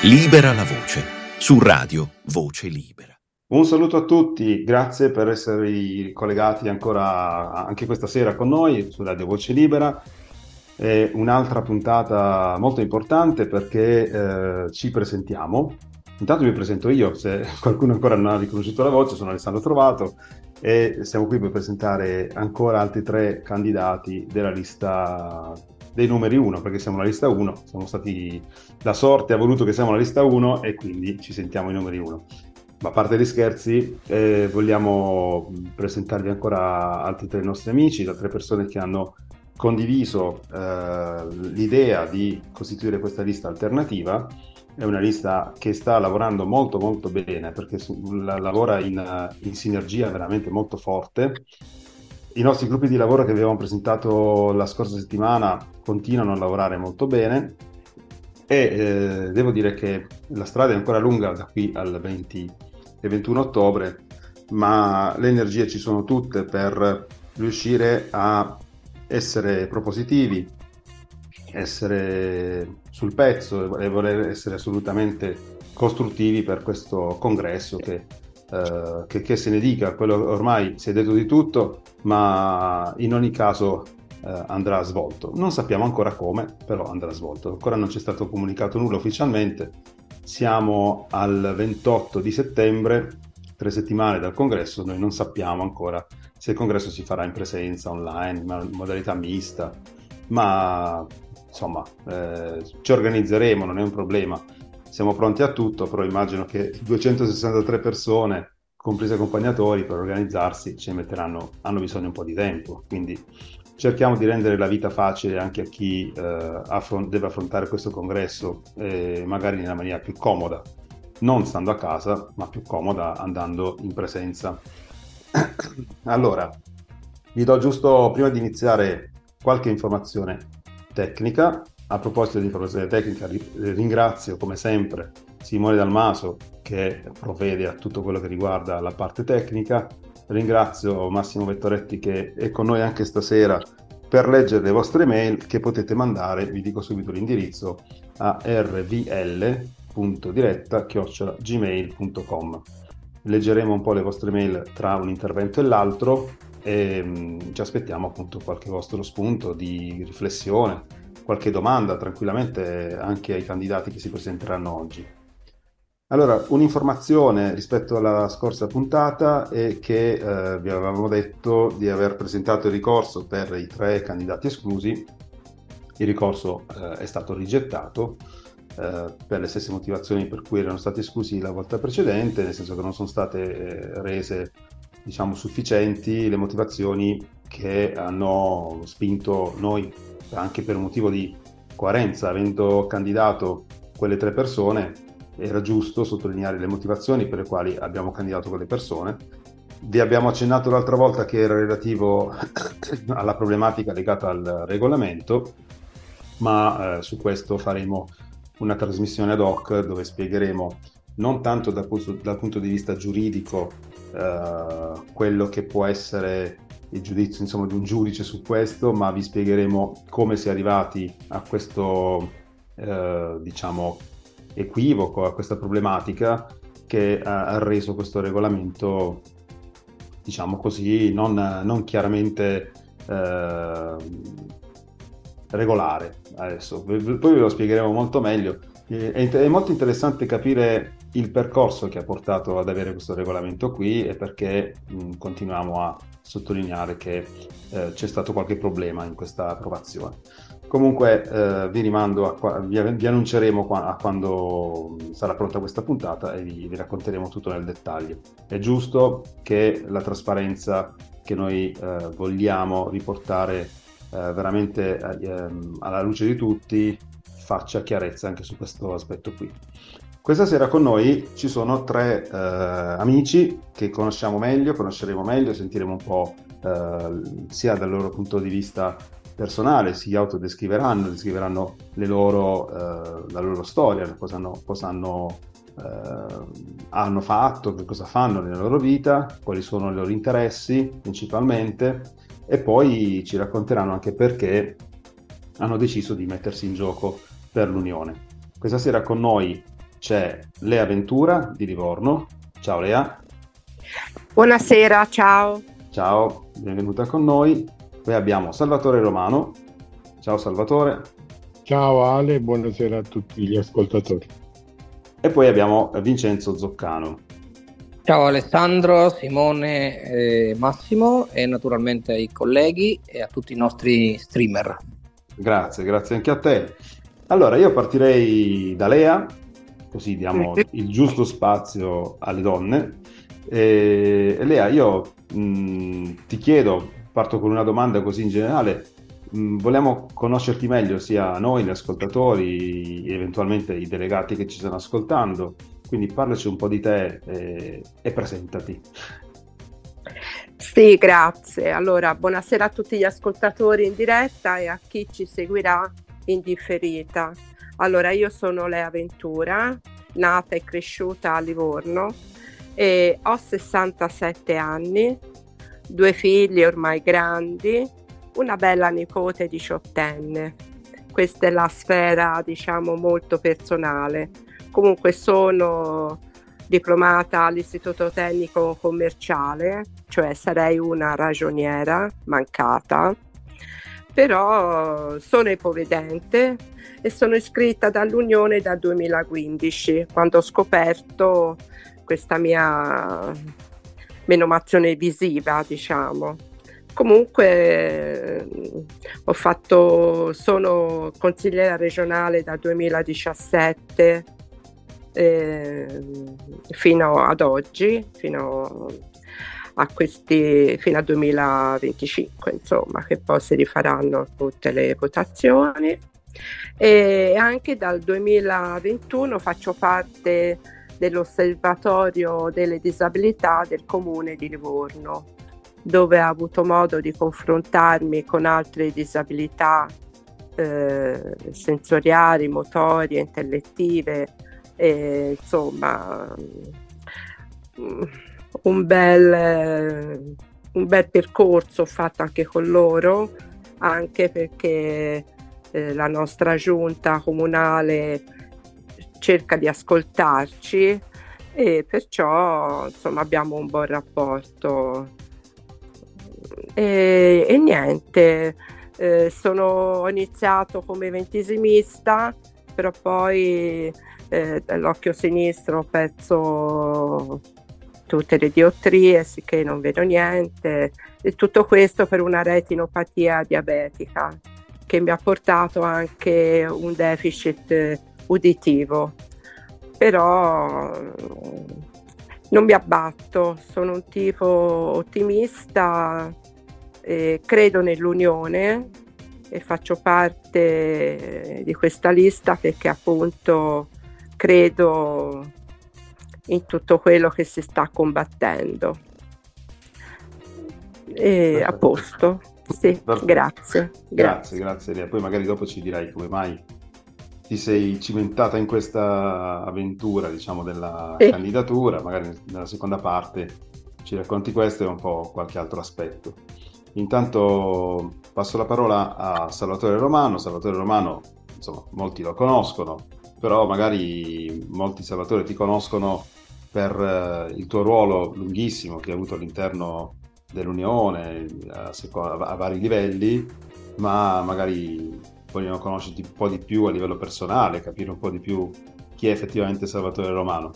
Libera la voce, su Radio Voce Libera. Un saluto a tutti, grazie per essere collegati ancora anche questa sera con noi su Radio Voce Libera. È un'altra puntata molto importante perché ci presentiamo. Intanto mi presento io, se qualcuno ancora non ha riconosciuto la voce, sono Alessandro Trovato e siamo qui per presentare ancora altri 3 candidati della lista dei numeri 1, perché siamo la lista 1, la sorte ha voluto che siamo la lista 1 e quindi ci sentiamo i numeri 1. Ma a parte gli scherzi, vogliamo presentarvi ancora altri 3 nostri amici, da 3 persone che hanno condiviso l'idea di costituire questa lista alternativa. È una lista che sta lavorando molto molto bene perché lavora in sinergia veramente molto forte. I nostri gruppi di lavoro che abbiamo presentato la scorsa settimana continuano a lavorare molto bene e devo dire che la strada è ancora lunga da qui al 20 e 21 ottobre, ma le energie ci sono tutte per riuscire a essere propositivi, essere sul pezzo e voler essere assolutamente costruttivi per questo congresso che se ne dica, quello ormai si è detto di tutto, ma in ogni caso andrà svolto. Non sappiamo ancora come, però andrà svolto. Ancora non c'è stato comunicato nulla ufficialmente. Siamo al 28 di settembre, 3 settimane dal congresso, noi non sappiamo ancora se il congresso si farà in presenza, online, in modalità mista, ma insomma ci organizzeremo, non è un problema. Siamo pronti a tutto, però immagino che 263 persone, compresi accompagnatori, per organizzarsi ci metteranno, hanno bisogno un po' di tempo, quindi cerchiamo di rendere la vita facile anche a chi deve affrontare questo congresso, magari nella maniera più comoda, non stando a casa, ma più comoda andando in presenza. Allora, vi do giusto, prima di iniziare, qualche informazione tecnica. A proposito di informazione tecnica, ringrazio come sempre Simone Dalmaso che provvede a tutto quello che riguarda la parte tecnica. Ringrazio Massimo Vettoretti che è con noi anche stasera per leggere le vostre mail che potete mandare, vi dico subito l'indirizzo, a rvl.diretta@gmail.com. Leggeremo un po' le vostre mail tra un intervento e l'altro e ci aspettiamo appunto qualche vostro spunto di riflessione, qualche domanda tranquillamente anche ai candidati che si presenteranno oggi. Allora, un'informazione rispetto alla scorsa puntata è che vi avevamo detto di aver presentato il ricorso per i 3 candidati esclusi. Il ricorso è stato rigettato per le stesse motivazioni per cui erano stati esclusi la volta precedente, nel senso che non sono state rese, diciamo, sufficienti le motivazioni che hanno spinto noi, anche per un motivo di coerenza, avendo candidato quelle 3 persone, era giusto sottolineare le motivazioni per le quali abbiamo candidato quelle persone. Vi abbiamo accennato l'altra volta che era relativo alla problematica legata al regolamento, ma su questo faremo una trasmissione ad hoc dove spiegheremo non tanto dal punto di vista giuridico quello che può essere il giudizio, insomma, di un giudice su questo, ma vi spiegheremo come si è arrivati a questo diciamo equivoco, a questa problematica che ha reso questo regolamento, diciamo così, non chiaramente regolare. Adesso poi ve lo spiegheremo molto meglio. È molto interessante capire il percorso che ha portato ad avere questo regolamento qui e perché continuiamo a sottolineare che c'è stato qualche problema in questa approvazione. Comunque vi rimando vi annunceremo a quando sarà pronta questa puntata e vi racconteremo tutto nel dettaglio. È giusto che la trasparenza che noi vogliamo riportare veramente alla luce di tutti faccia chiarezza anche su questo aspetto qui. Questa sera con noi ci sono 3 amici che conosceremo meglio, sentiremo un po' sia dal loro punto di vista personale, si descriveranno la loro storia, cosa hanno fatto, che cosa fanno nella loro vita, quali sono i loro interessi principalmente, e poi ci racconteranno anche perché hanno deciso di mettersi in gioco per l'Unione. Questa sera con noi c'è Lea Ventura di Livorno. Ciao Lea. Buonasera, ciao. Ciao, benvenuta con noi. Poi abbiamo Salvatore Romano. Ciao Salvatore. Ciao Ale, buonasera a tutti gli ascoltatori. E poi abbiamo Vincenzo Zoccano. Ciao Alessandro, Simone, Massimo e naturalmente ai colleghi e a tutti i nostri streamer. Grazie anche a te. Allora, io partirei da Lea, così diamo il giusto spazio alle donne. Lea, io ti chiedo, parto con una domanda così in generale, vogliamo conoscerti meglio, sia noi, gli ascoltatori, eventualmente i delegati che ci stanno ascoltando, quindi parlaci un po' di te e presentati. Sì, grazie. Allora, buonasera a tutti gli ascoltatori in diretta e a chi ci seguirà in differita. Allora, io sono Lea Ventura, nata e cresciuta a Livorno e ho 67 anni, 2 figli ormai grandi, una bella nipote diciottenne. Questa è la sfera, diciamo, molto personale. Comunque sono diplomata all'Istituto Tecnico Commerciale, cioè sarei una ragioniera mancata, però sono ipovedente e sono iscritta dall'Unione dal 2015, quando ho scoperto questa mia menomazione visiva, diciamo. Comunque sono consigliera regionale dal 2017 fino ad oggi, fino al 2025, insomma, che poi si rifaranno tutte le votazioni. E anche dal 2021 faccio parte dell'Osservatorio delle disabilità del Comune di Livorno, dove ho avuto modo di confrontarmi con altre disabilità sensoriali, motorie, intellettive, insomma un bel percorso ho fatto anche con loro, anche perché la nostra giunta comunale cerca di ascoltarci e perciò insomma abbiamo un buon rapporto e niente, ho iniziato come ventisimista, però poi dall'occhio sinistro ho perso tutte le diottrie, sicché non vedo niente, e tutto questo per una retinopatia diabetica che mi ha portato anche un deficit uditivo. Però non mi abbatto, sono un tipo ottimista, credo nell'unione e faccio parte di questa lista perché appunto credo in tutto quello che si sta combattendo. A posto. Sì, grazie. Grazie Lea. Poi magari dopo ci dirai come mai ti sei cimentata in questa avventura, diciamo, della candidatura, magari nella seconda parte ci racconti questo e un po' qualche altro aspetto. Intanto passo la parola a Salvatore Romano. Salvatore Romano, insomma, molti lo conoscono, però magari molti, Salvatore, ti conoscono per il tuo ruolo lunghissimo che hai avuto all'interno dell'Unione a vari livelli, ma magari vogliono conoscerti un po' di più a livello personale, capire un po' di più chi è effettivamente Salvatore Romano.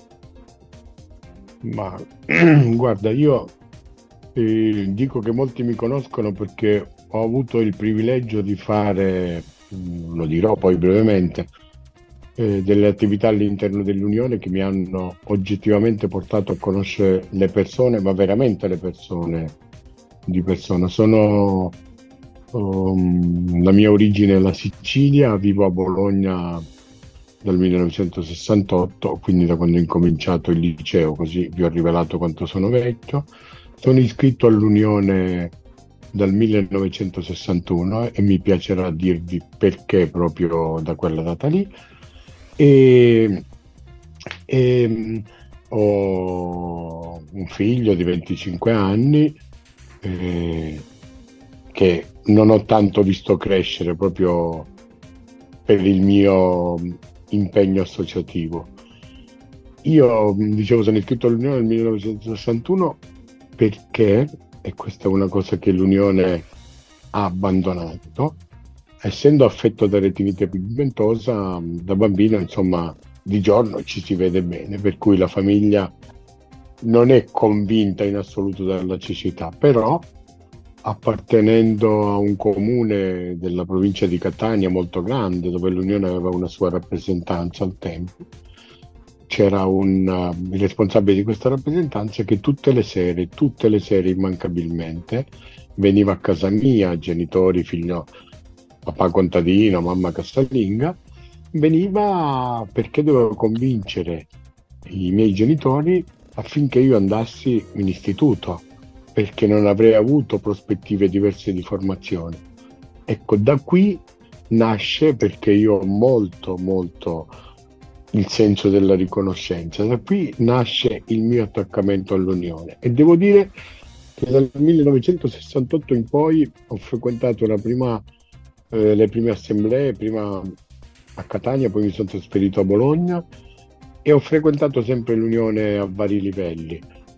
Ma guarda, io dico che molti mi conoscono perché ho avuto il privilegio di fare, lo dirò poi brevemente, delle attività all'interno dell'Unione che mi hanno oggettivamente portato a conoscere le persone, ma veramente le persone di persona. La mia origine è la Sicilia, vivo a Bologna dal 1968, quindi da quando ho incominciato il liceo, così vi ho rivelato quanto sono vecchio. Sono iscritto all'Unione dal 1961 e mi piacerà dirvi perché proprio da quella data lì. E ho un figlio di 25 anni che non ho tanto visto crescere proprio per il mio impegno associativo. io dicevo sono iscritto all'Unione nel 1961 perché, e questa è una cosa che l'Unione ha abbandonato, essendo affetto da retinite pigmentosa, da bambino, insomma, di giorno ci si vede bene, per cui la famiglia non è convinta in assoluto dalla cecità, però appartenendo a un comune della provincia di Catania molto grande, dove l'Unione aveva una sua rappresentanza al tempo, c'era il responsabile di questa rappresentanza che tutte le sere immancabilmente veniva a casa mia, genitori, figlio, papà contadino, mamma casalinga, veniva perché dovevo convincere i miei genitori affinché io andassi in istituto, perché non avrei avuto prospettive diverse di formazione. Ecco, da qui nasce, perché io ho molto il senso della riconoscenza, da qui nasce il mio attaccamento all'Unione, e devo dire che dal 1968 in poi ho frequentato le prime assemblee, prima a Catania, poi mi sono trasferito a Bologna e ho frequentato sempre l'Unione a vari livelli.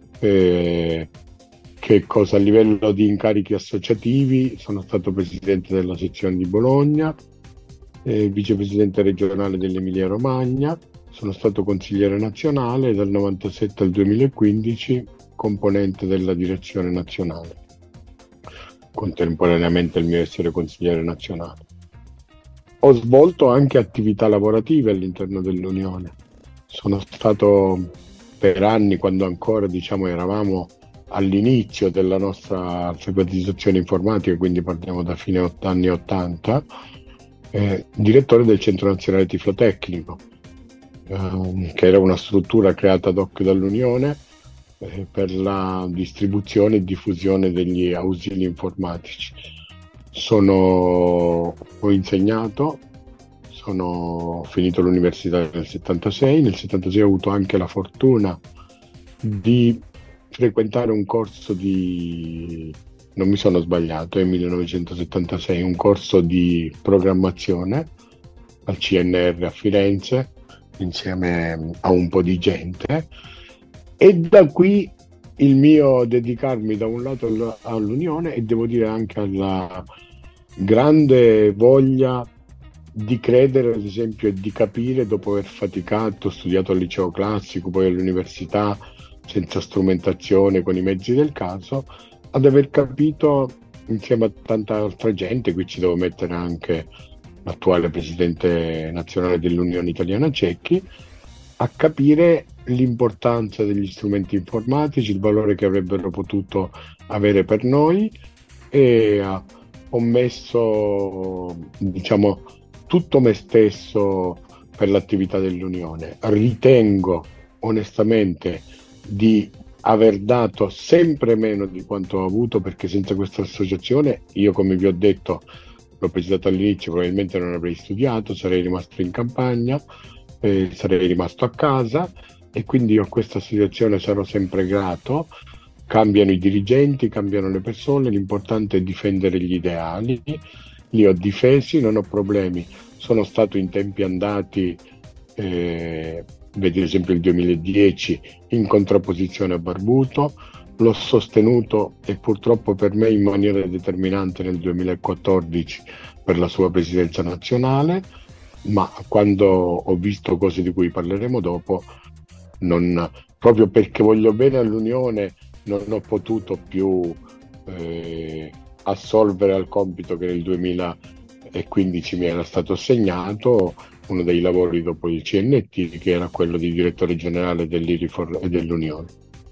Che cosa? A livello di incarichi associativi sono stato presidente della sezione di Bologna, vicepresidente regionale dell'Emilia Romagna, sono stato consigliere nazionale e dal 97 al 2015 componente della direzione nazionale, contemporaneamente al mio essere consigliere nazionale. Ho svolto anche attività lavorative all'interno dell'Unione. Sono stato per anni, quando ancora eravamo all'inizio della nostra alfabetizzazione informatica, quindi parliamo da fine anni 80, direttore del Centro Nazionale Tiflotecnico, che era una struttura creata ad hoc dall'Unione per la distribuzione e diffusione degli ausili informatici. Ho insegnato, ho finito l'università nel 76, nel 76 ho avuto anche la fortuna di frequentare un corso non mi sono sbagliato, è 1976, un corso di programmazione al CNR a Firenze, insieme a un po' di gente, e da qui il mio dedicarmi da un lato all'Unione, e devo dire anche alla grande voglia di credere, ad esempio, e di capire, dopo aver faticato, studiato al liceo classico, poi all'università, senza strumentazione, con i mezzi del caso, ad aver capito, insieme a tanta altra gente, qui ci devo mettere anche l'attuale presidente nazionale dell'Unione Italiana Cecchi, a capire l'importanza degli strumenti informatici, il valore che avrebbero potuto avere per noi, e ho messo, tutto me stesso per l'attività dell'Unione. Ritengo onestamente di aver dato sempre meno di quanto ho avuto, perché senza questa associazione io, come vi ho detto, l'ho presidato all'inizio, probabilmente non avrei studiato, sarei rimasto in campagna, sarei rimasto a casa, e quindi io a questa associazione sarò sempre grato. Cambiano i dirigenti, cambiano le persone, l'importante è difendere gli ideali. Li ho difesi, non ho problemi. Sono stato in tempi andati, vedi ad esempio il 2010, in contrapposizione a Barbuto, l'ho sostenuto, e purtroppo per me in maniera determinante nel 2014 per la sua presidenza nazionale, ma quando ho visto cose di cui parleremo dopo, proprio perché voglio bene all'Unione, non ho potuto più assolvere al compito che nel 2015 mi era stato assegnato, uno dei lavori dopo il CNT, che era quello di direttore generale dell'Irifor e dell'Unione.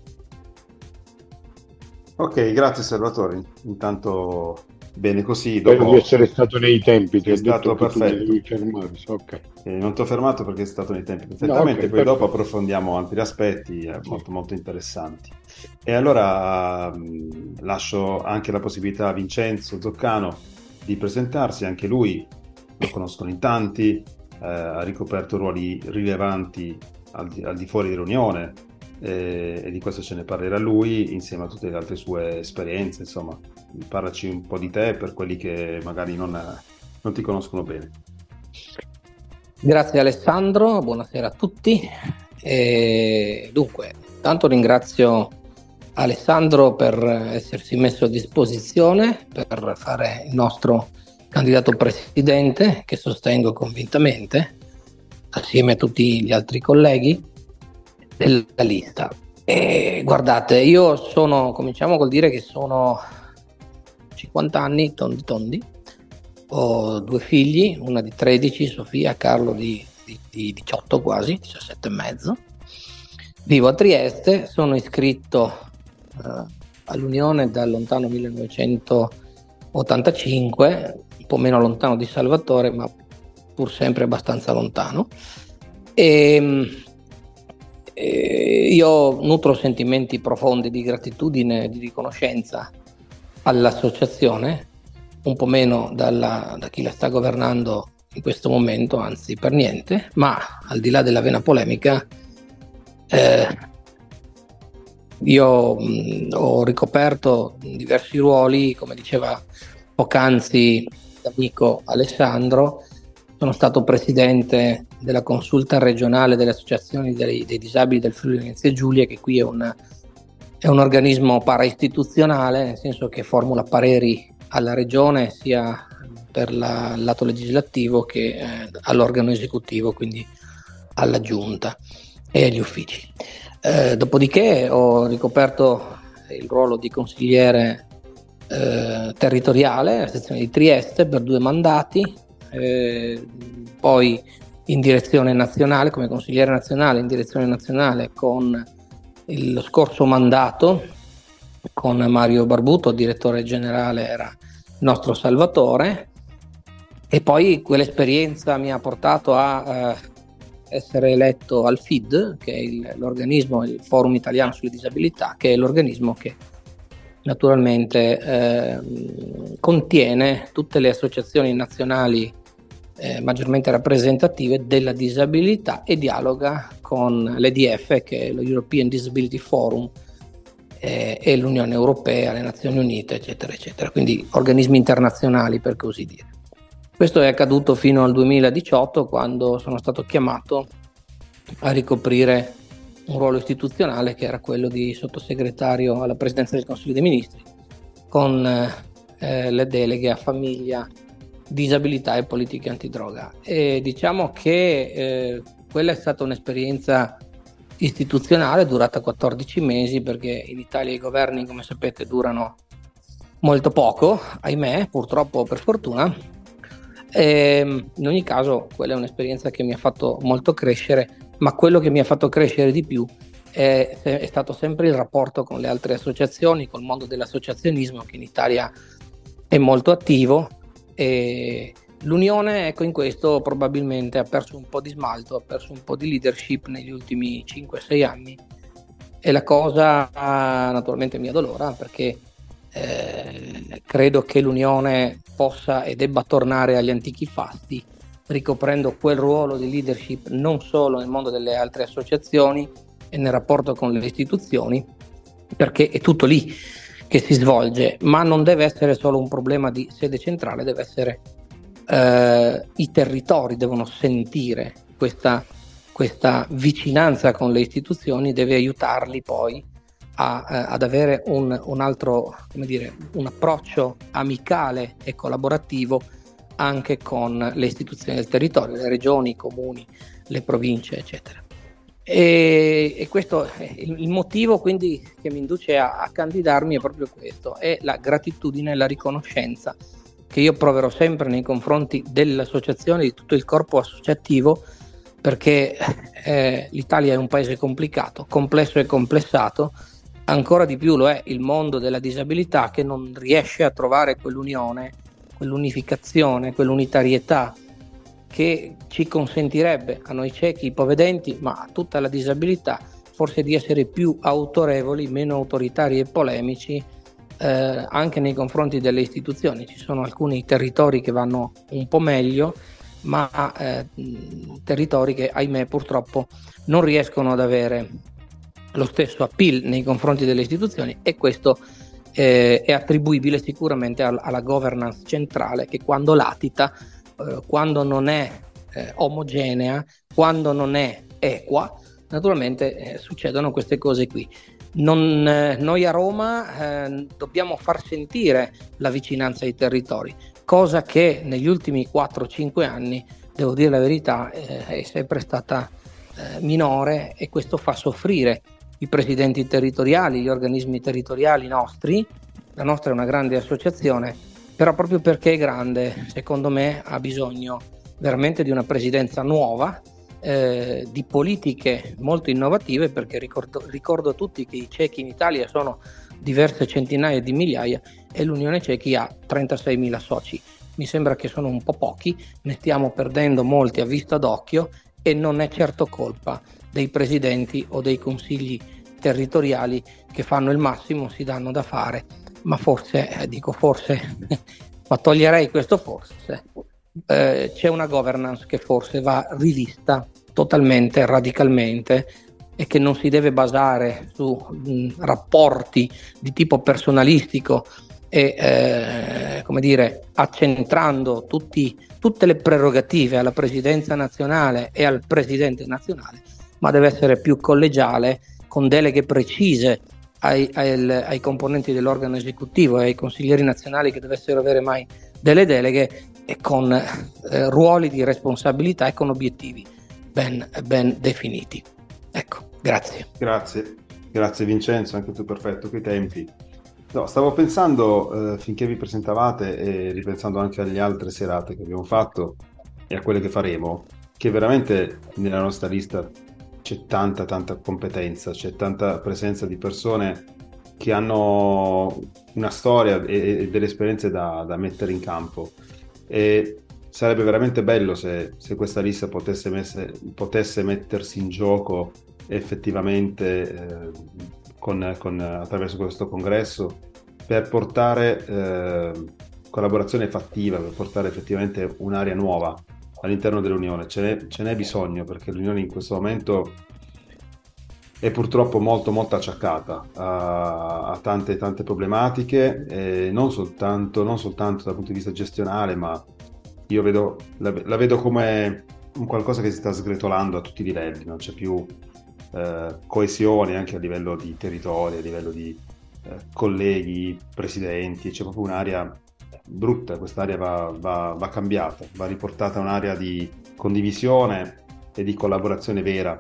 Ok, grazie Salvatore. Intanto bene così. Spero di essere stato nei tempi, ti ho stato detto che tu perfetto. devi fermarsi. Okay. Non ti ho fermato perché è stato nei tempi perfettamente, Okay, poi perfetto. dopo approfondiamo altri aspetti molto interessanti. E allora lascio anche la possibilità a Vincenzo Zoccano di presentarsi. Anche lui lo conoscono in tanti, ha ricoperto ruoli rilevanti al di fuori dell'Unione, e di questo ce ne parlerà lui insieme a tutte le altre sue esperienze. Insomma, parlaci un po' di te per quelli che magari non ti conoscono bene. Grazie Alessandro, buonasera a tutti. Dunque, tanto ringrazio Alessandro per essersi messo a disposizione per fare il nostro candidato presidente, che sostengo convintamente, assieme a tutti gli altri colleghi della lista. E guardate, io cominciamo col dire che sono 50 anni, tondi, ho 2 figli, una di 13, Sofia, Carlo di 18 quasi, 17 e mezzo. Vivo a Trieste, sono iscritto all'Unione dal lontano 1985, un po' meno lontano di Salvatore, ma pur sempre abbastanza lontano. Io nutro sentimenti profondi di gratitudine e di riconoscenza all'associazione, un po' meno da chi la sta governando in questo momento, anzi per niente, ma al di là della vena polemica, io ho ricoperto diversi ruoli, come diceva poc'anzi l'amico Alessandro. Sono stato presidente della consulta regionale delle associazioni dei disabili del Friuli Venezia Giulia, che qui è un organismo paraistituzionale, nel senso che formula pareri alla regione sia per il lato legislativo che all'organo esecutivo, quindi alla giunta e agli uffici. Dopodiché ho ricoperto il ruolo di consigliere territoriale alla sezione di Trieste per 2 mandati, poi in direzione nazionale, come consigliere nazionale in direzione nazionale con lo scorso mandato con Mario Barbuto, direttore generale era il nostro Salvatore, e poi quell'esperienza mi ha portato a essere eletto al FID, che è l'organismo, il Forum Italiano sulle Disabilità, che è l'organismo che naturalmente contiene tutte le associazioni nazionali maggiormente rappresentative della disabilità e dialoga con l'EDF, che è lo European Disability Forum, e l'Unione Europea, le Nazioni Unite, eccetera, eccetera, quindi organismi internazionali, per così dire. Questo è accaduto fino al 2018, quando sono stato chiamato a ricoprire un ruolo istituzionale che era quello di sottosegretario alla Presidenza del Consiglio dei Ministri, con le deleghe a famiglia, disabilità e politiche antidroga. E diciamo che quella è stata un'esperienza istituzionale durata 14 mesi, perché in Italia i governi, come sapete, durano molto poco, ahimè, purtroppo o per fortuna. In ogni caso quella è un'esperienza che mi ha fatto molto crescere, ma quello che mi ha fatto crescere di più è stato sempre il rapporto con le altre associazioni, col mondo dell'associazionismo, che in Italia è molto attivo, e l'Unione, ecco, in questo probabilmente ha perso un po' di smalto, ha perso un po' di leadership negli ultimi 5-6 anni, e la cosa naturalmente mi addolora, perché credo che l'Unione possa e debba tornare agli antichi fasti, ricoprendo quel ruolo di leadership non solo nel mondo delle altre associazioni e nel rapporto con le istituzioni, perché è tutto lì che si svolge, ma non deve essere solo un problema di sede centrale, deve essere i territori devono sentire questa vicinanza con le istituzioni, deve aiutarli poi ad avere un altro, come dire, un approccio amicale e collaborativo anche con le istituzioni del territorio, le regioni, i comuni, le province, eccetera. E questo è il motivo quindi che mi induce a candidarmi, è proprio questo, è la gratitudine e la riconoscenza che io proverò sempre nei confronti dell'associazione, di tutto il corpo associativo, perché l'Italia è un paese complicato, complesso e complessato. Ancora di più lo è il mondo della disabilità, che non riesce a trovare quell'unione, quell'unificazione, quell'unitarietà che ci consentirebbe a noi ciechi, ipovedenti, ma a tutta la disabilità, forse di essere più autorevoli, meno autoritari e polemici anche nei confronti delle istituzioni. Ci sono alcuni territori che vanno un po' meglio, ma territori che, ahimè, purtroppo non riescono ad avere lo stesso appeal nei confronti delle istituzioni, e questo è attribuibile sicuramente alla governance centrale, che quando latita, quando non è omogenea, quando non è equa, naturalmente succedono queste cose qui. Noi a Roma dobbiamo far sentire la vicinanza ai territori, cosa che negli ultimi 4-5 anni, devo dire la verità, è sempre stata minore, e questo fa soffrire i presidenti territoriali, gli organismi territoriali nostri. La nostra è una grande associazione, però proprio perché è grande, secondo me ha bisogno veramente di una presidenza nuova, di politiche molto innovative, perché ricordo a tutti che i cechi in Italia sono diverse centinaia di migliaia e l'Unione Cechi ha 36.000 soci. Mi sembra che sono un po' pochi, ne stiamo perdendo molti a vista d'occhio, e non è certo colpa dei presidenti o dei consigli territoriali che fanno il massimo, si danno da fare, ma forse, ma toglierei questo forse, c'è una governance che forse va rivista totalmente, radicalmente, e che non si deve basare su rapporti di tipo personalistico e accentrando tutte le prerogative alla presidenza nazionale e al presidente nazionale, ma deve essere più collegiale, con deleghe precise ai componenti dell'organo esecutivo e ai consiglieri nazionali, che dovessero avere mai delle deleghe, e con ruoli di responsabilità e con obiettivi ben definiti. Ecco, grazie. Grazie Vincenzo, anche tu perfetto coi tempi. No, stavo pensando finché vi presentavate, e ripensando anche alle altre serate che abbiamo fatto e a quelle che faremo, che veramente nella nostra lista c'è tanta competenza, c'è tanta presenza di persone che hanno una storia e delle esperienze da mettere in campo, e sarebbe veramente bello se questa lista potesse mettersi in gioco effettivamente attraverso questo congresso, per portare collaborazione fattiva, per portare effettivamente un'area nuova all'interno dell'Unione. Ce n'è bisogno, perché l'Unione in questo momento è purtroppo molto acciaccata a tante problematiche, non soltanto dal punto di vista gestionale, ma io la vedo come un qualcosa che si sta sgretolando a tutti i livelli. Non c'è più coesione anche a livello di territorio, a livello di colleghi, presidenti. C'è proprio un'area brutta. Quest'area va cambiata, va riportata a un'area di condivisione e di collaborazione vera,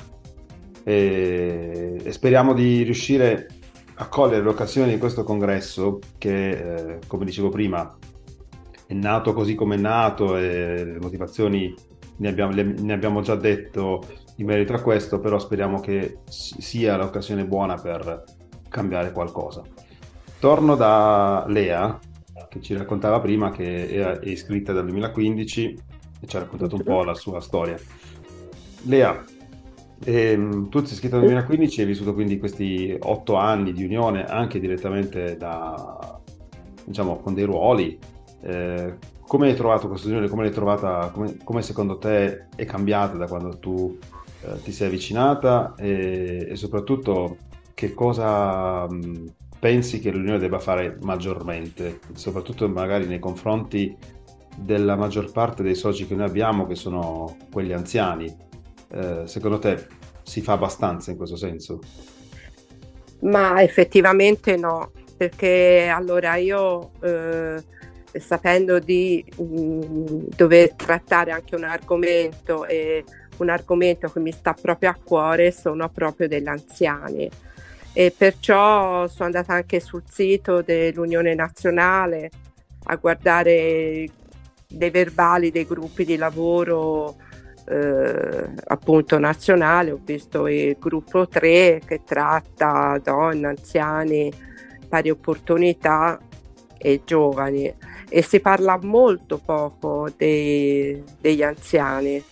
e speriamo di riuscire a cogliere l'occasione di questo congresso che, come dicevo prima, è nato così come è nato, e le motivazioni ne abbiamo già detto in merito a questo, però speriamo che sia l'occasione buona per cambiare qualcosa. Torno da Lea, che ci raccontava prima che è iscritta dal 2015 e ci ha raccontato un po' la sua storia. Lea, tu sei iscritta nel 2015 e hai vissuto quindi questi 8 anni di unione, anche direttamente con dei ruoli. Come hai trovato questa unione? Come l'hai trovata? Come secondo te è cambiata da quando tu ti sei avvicinata, e soprattutto che cosa pensi che l'Unione debba fare maggiormente, soprattutto magari nei confronti della maggior parte dei soci che noi abbiamo, che sono quelli anziani? Secondo te si fa abbastanza in questo senso? Ma effettivamente no, perché allora io sapendo di dover trattare anche un argomento che mi sta proprio a cuore, sono proprio degli anziani, e perciò sono andata anche sul sito dell'Unione Nazionale a guardare dei verbali dei gruppi di lavoro appunto nazionale. Ho visto il gruppo 3 che tratta donne, anziani, pari opportunità e giovani, e si parla molto poco degli anziani.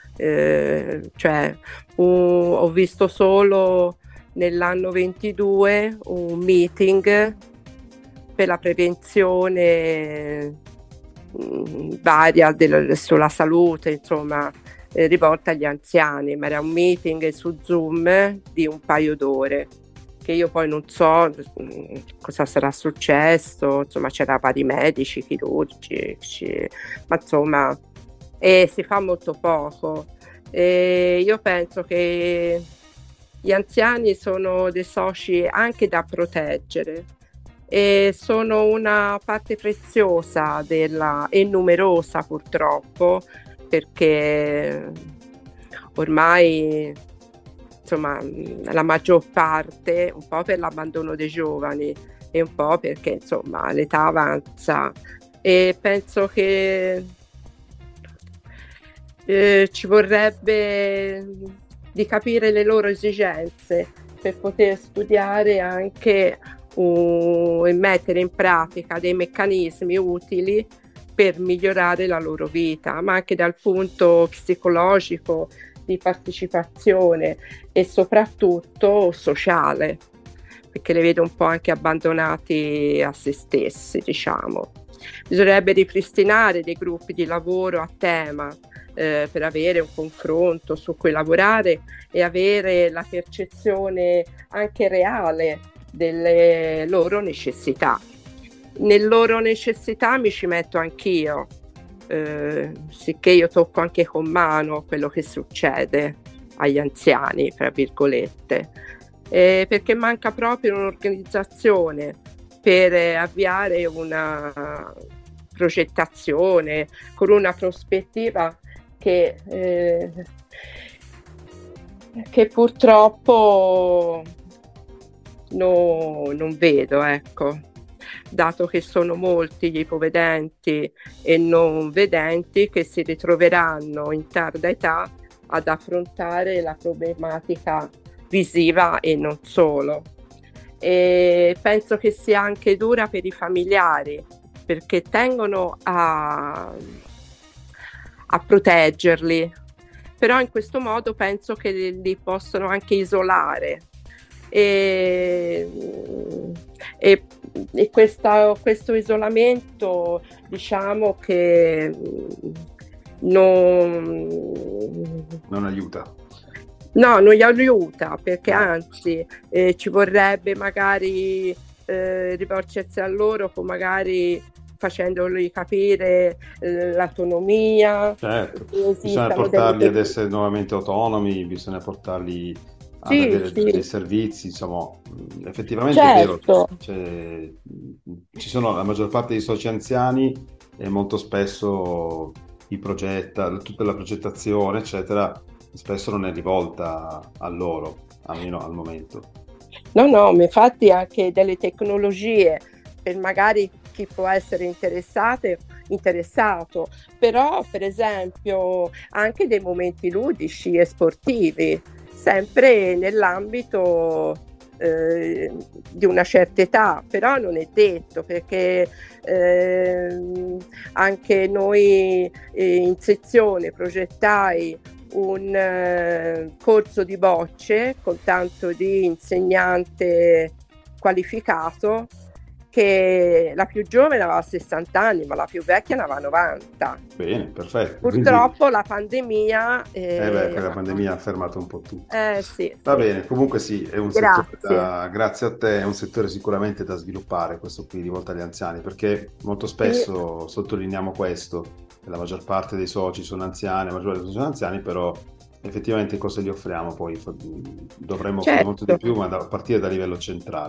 Ho visto solo nell'anno 22 un meeting per la prevenzione varia sulla salute, insomma, rivolta agli anziani, ma era un meeting su Zoom di un paio d'ore, che io poi non so cosa sarà successo. Insomma, c'era vari medici, chirurgici, ma insomma, e si fa molto poco. E io penso che gli anziani sono dei soci anche da proteggere e sono una parte preziosa e numerosa purtroppo, perché ormai insomma la maggior parte, un po' per l'abbandono dei giovani e un po' perché insomma l'età avanza, e penso che ci vorrebbe di capire le loro esigenze per poter studiare anche e mettere in pratica dei meccanismi utili per migliorare la loro vita, ma anche dal punto psicologico, di partecipazione e soprattutto sociale, perché le vedo un po' anche abbandonati a se stessi, diciamo. Bisognerebbe ripristinare dei gruppi di lavoro a tema per avere un confronto su cui lavorare e avere la percezione anche reale delle loro necessità. Nelle loro necessità mi ci metto anch'io, sicché io tocco anche con mano quello che succede agli anziani, tra virgolette, perché manca proprio un'organizzazione per avviare una progettazione con una prospettiva che purtroppo non vedo, ecco, dato che sono molti gli ipovedenti e non vedenti che si ritroveranno in tarda età ad affrontare la problematica visiva e non solo. E penso che sia anche dura per i familiari, perché tengono a proteggerli, però in questo modo penso che li possono anche isolare e questo isolamento, diciamo che non aiuta. No, non gli aiuta, perché anzi ci vorrebbe magari rivolgersi a loro con magari facendoli capire l'autonomia. Certo, bisogna portarli ad essere nuovamente autonomi, bisogna portarli ad avere dei servizi, insomma, effettivamente certo. È vero, ci sono la maggior parte dei soci anziani e molto spesso tutta la progettazione, eccetera, spesso non è rivolta a loro, almeno al momento. No, infatti anche delle tecnologie per magari chi può essere interessato, però per esempio anche dei momenti ludici e sportivi, sempre nell'ambito di una certa età, però non è detto, perché anche noi in sezione progettai un corso di bocce con tanto di insegnante qualificato, che la più giovane aveva 60 anni, ma la più vecchia ne aveva 90. Bene, perfetto. Purtroppo quindi la pandemia la pandemia ha fermato un po' tutto. Sì. Bene, comunque sì, è un settore grazie a te, è un settore sicuramente da sviluppare, questo qui rivolto agli anziani, perché molto spesso sottolineiamo questo, che la maggior parte dei soci sono anziani, però effettivamente cosa gli offriamo poi? Dovremmo fare molto di più, ma a partire da livello centrale.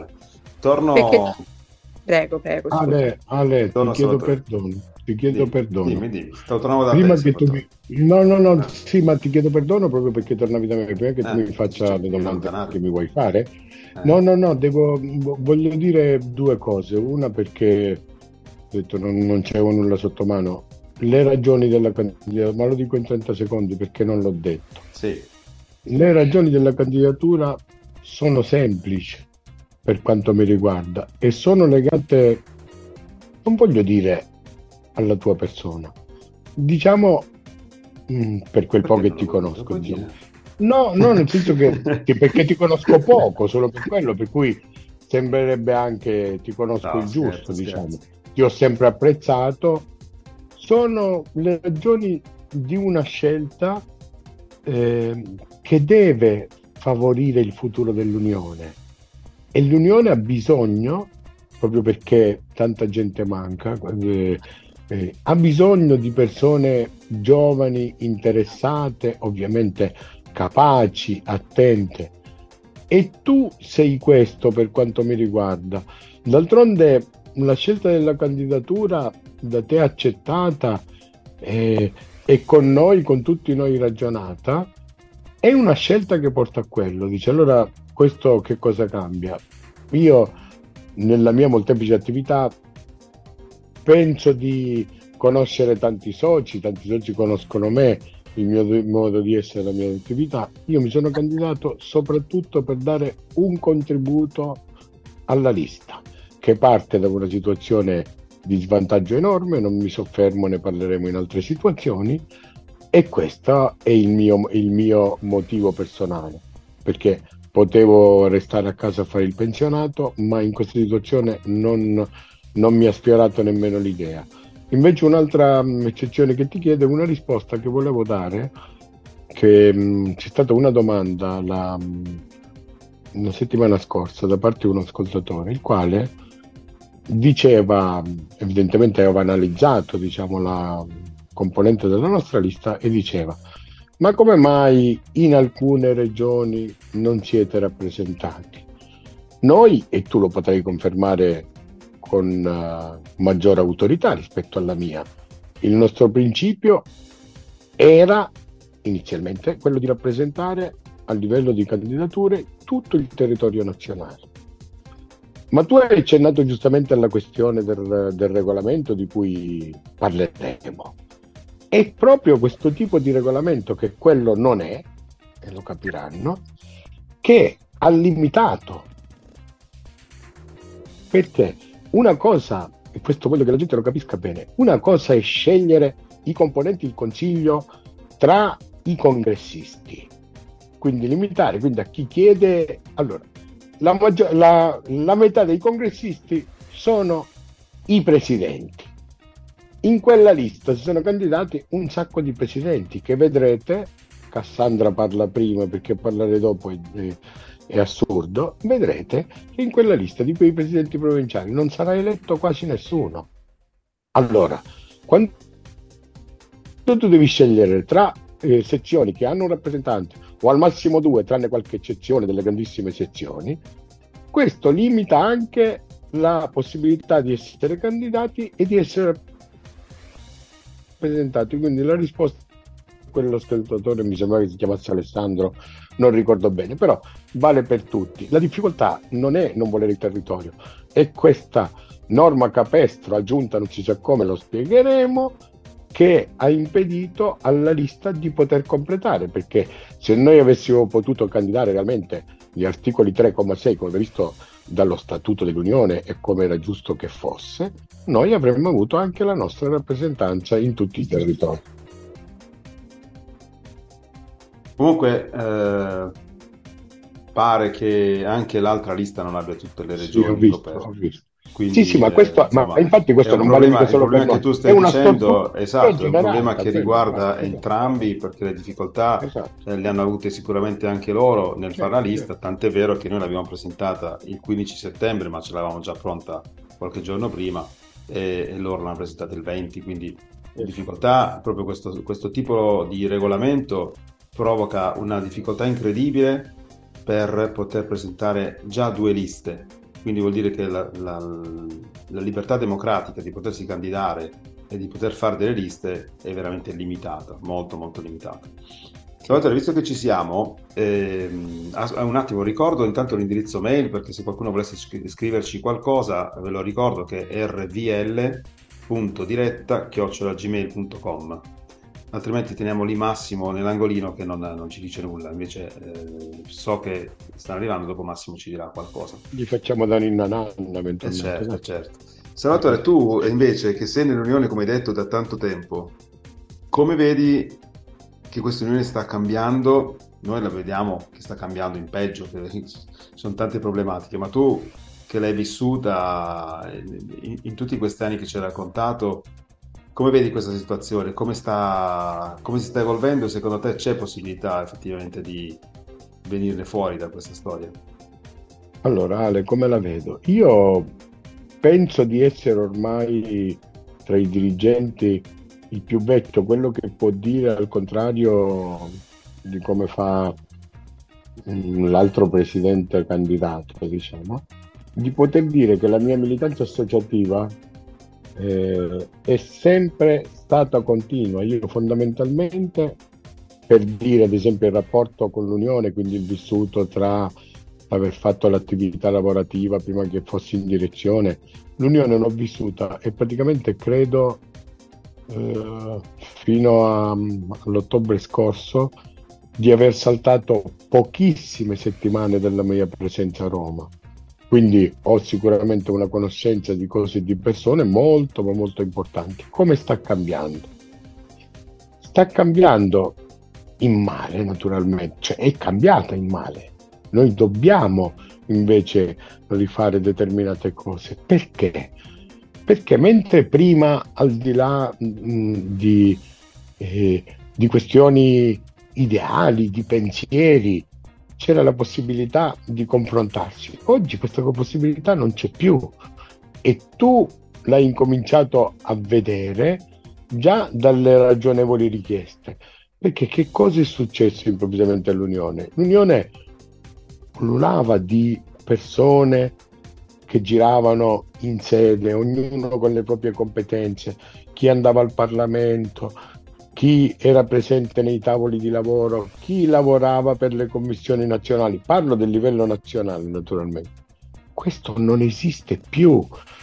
Prego. Ale, ti chiedo perdono. Dimmi. Tornavo da prima te. No, sì, ma ti chiedo perdono proprio perché tornavi da me, prima che tu mi faccia le domande che mi vuoi fare. No, voglio dire due cose. Una, perché ho detto non c'avevo nulla sotto mano. Le ragioni della candidatura, ma lo dico in 30 secondi perché non l'ho detto. Sì. Le ragioni della candidatura sono semplici per quanto mi riguarda e sono legate, non voglio dire alla tua persona, diciamo per quel po' che ti conosco, diciamo. No, nel senso che perché ti conosco poco, solo per quello, per cui sembrerebbe anche ti conosco il giusto, diciamo. Ti ho sempre apprezzato. Sono le ragioni di una scelta che deve favorire il futuro dell'Unione. E l'Unione ha bisogno, proprio perché tanta gente manca, ha bisogno di persone giovani, interessate, ovviamente capaci, attente. E tu sei questo per quanto mi riguarda. D'altronde la scelta della candidatura da te accettata e con noi, con tutti noi ragionata, è una scelta che porta a quello. Dice, allora questo che cosa cambia? Io nella mia molteplice attività penso di conoscere tanti soci conoscono me, il mio modo di essere, la mia attività. Io mi sono candidato soprattutto per dare un contributo alla lista, che parte da una situazione di svantaggio enorme, non mi soffermo, ne parleremo in altre situazioni, e questo è il mio motivo personale, perché potevo restare a casa a fare il pensionato, ma in questa situazione non mi ha sfiorato nemmeno l'idea. Invece un'altra eccezione che ti chiedo è una risposta che volevo dare, che c'è stata una domanda una settimana scorsa da parte di uno ascoltatore, il quale diceva, evidentemente aveva analizzato, diciamo, la componente della nostra lista e diceva: ma come mai in alcune regioni non siete rappresentati? Noi, e tu lo potrai confermare con maggiore autorità rispetto alla mia, il nostro principio era inizialmente quello di rappresentare a livello di candidature tutto il territorio nazionale. Ma tu hai accennato giustamente alla questione del regolamento di cui parleremo. È proprio questo tipo di regolamento, che quello non è, e lo capiranno, che ha limitato. Perché una cosa, e questo voglio che la gente lo capisca bene, una cosa è scegliere i componenti del Consiglio tra i congressisti, quindi limitare, quindi a chi chiede. Allora, la metà dei congressisti sono i presidenti. In quella lista si sono candidati un sacco di presidenti che vedrete. Cassandra parla prima perché parlare dopo è assurdo. Vedrete che in quella lista di quei presidenti provinciali non sarà eletto quasi nessuno. Allora, quando tu devi scegliere tra sezioni che hanno un rappresentante o al massimo due, tranne qualche eccezione delle grandissime sezioni, questo limita anche la possibilità di essere candidati e di essere rappresentati. Quindi la risposta, quello ascoltatore mi sembra che si chiamasse Alessandro, non ricordo bene, però vale per tutti. La difficoltà non è non volere il territorio, è questa norma capestro aggiunta, non si sa come, lo spiegheremo, che ha impedito alla lista di poter completare, perché se noi avessimo potuto candidare realmente gli articoli 3,6 come previsto dallo Statuto dell'Unione e come era giusto che fosse, noi avremmo avuto anche la nostra rappresentanza in tutti i territori. Comunque pare che anche l'altra lista non abbia tutte le regioni. Sì, ho visto. Quindi, sì, ma questo, insomma, ma infatti questo non vale mica solo per noi. Il problema che tu stai dicendo, esatto, è un generale, problema che riguarda esatto. entrambi, perché le difficoltà le hanno avute sicuramente anche loro nel fare la lista, tant'è vero che noi l'abbiamo presentata il 15 settembre, ma ce l'avevamo già pronta qualche giorno prima, e loro l'hanno presentata il 20, quindi difficoltà, proprio questo tipo di regolamento provoca una difficoltà incredibile per poter presentare già due liste. Quindi vuol dire che la libertà democratica di potersi candidare e di poter fare delle liste è veramente limitata, molto molto limitata. Salvatore, visto che ci siamo, un attimo ricordo intanto l'indirizzo mail, perché se qualcuno volesse scriverci qualcosa ve lo ricordo, che è rvl.diretta@gmail.com. Altrimenti teniamo lì Massimo nell'angolino che non ci dice nulla. Invece so che stanno arrivando, dopo Massimo ci dirà qualcosa. Gli facciamo da ninna nanna eventualmente. Certo. Salvatore, tu invece che sei nell'Unione, come hai detto, da tanto tempo, come vedi che questa Unione sta cambiando? Noi la vediamo che sta cambiando in peggio, che ci sono tante problematiche, ma tu che l'hai vissuta in tutti questi anni che ci hai raccontato, come vedi questa situazione? Come si sta evolvendo? Secondo te c'è possibilità effettivamente di venirne fuori da questa storia? Allora, Ale, come la vedo? Io penso di essere ormai tra i dirigenti il più vecchio, quello che può dire al contrario di come fa l'altro presidente candidato, diciamo, di poter dire che la mia militanza associativa è sempre stata continua. Io fondamentalmente, per dire ad esempio il rapporto con l'Unione, quindi il vissuto tra aver fatto l'attività lavorativa prima che fossi in direzione, l'Unione l'ho vissuta e praticamente credo fino all'ottobre scorso di aver saltato pochissime settimane della mia presenza a Roma. Quindi ho sicuramente una conoscenza di cose e di persone molto ma molto importanti. Come sta cambiando? Sta cambiando in male, naturalmente, cioè è cambiata in male. Noi dobbiamo invece rifare determinate cose. Perché? Perché mentre prima, al di là di questioni ideali, di pensieri, c'era la possibilità di confrontarsi. Oggi questa possibilità non c'è più e tu l'hai incominciato a vedere già dalle ragionevoli richieste. Perché che cosa è successo improvvisamente all'Unione? L'Unione pullulava di persone che giravano in sede, ognuno con le proprie competenze, chi andava al Parlamento, chi era presente nei tavoli di lavoro, chi lavorava per le commissioni nazionali. Parlo del livello nazionale, naturalmente. Questo non esiste più,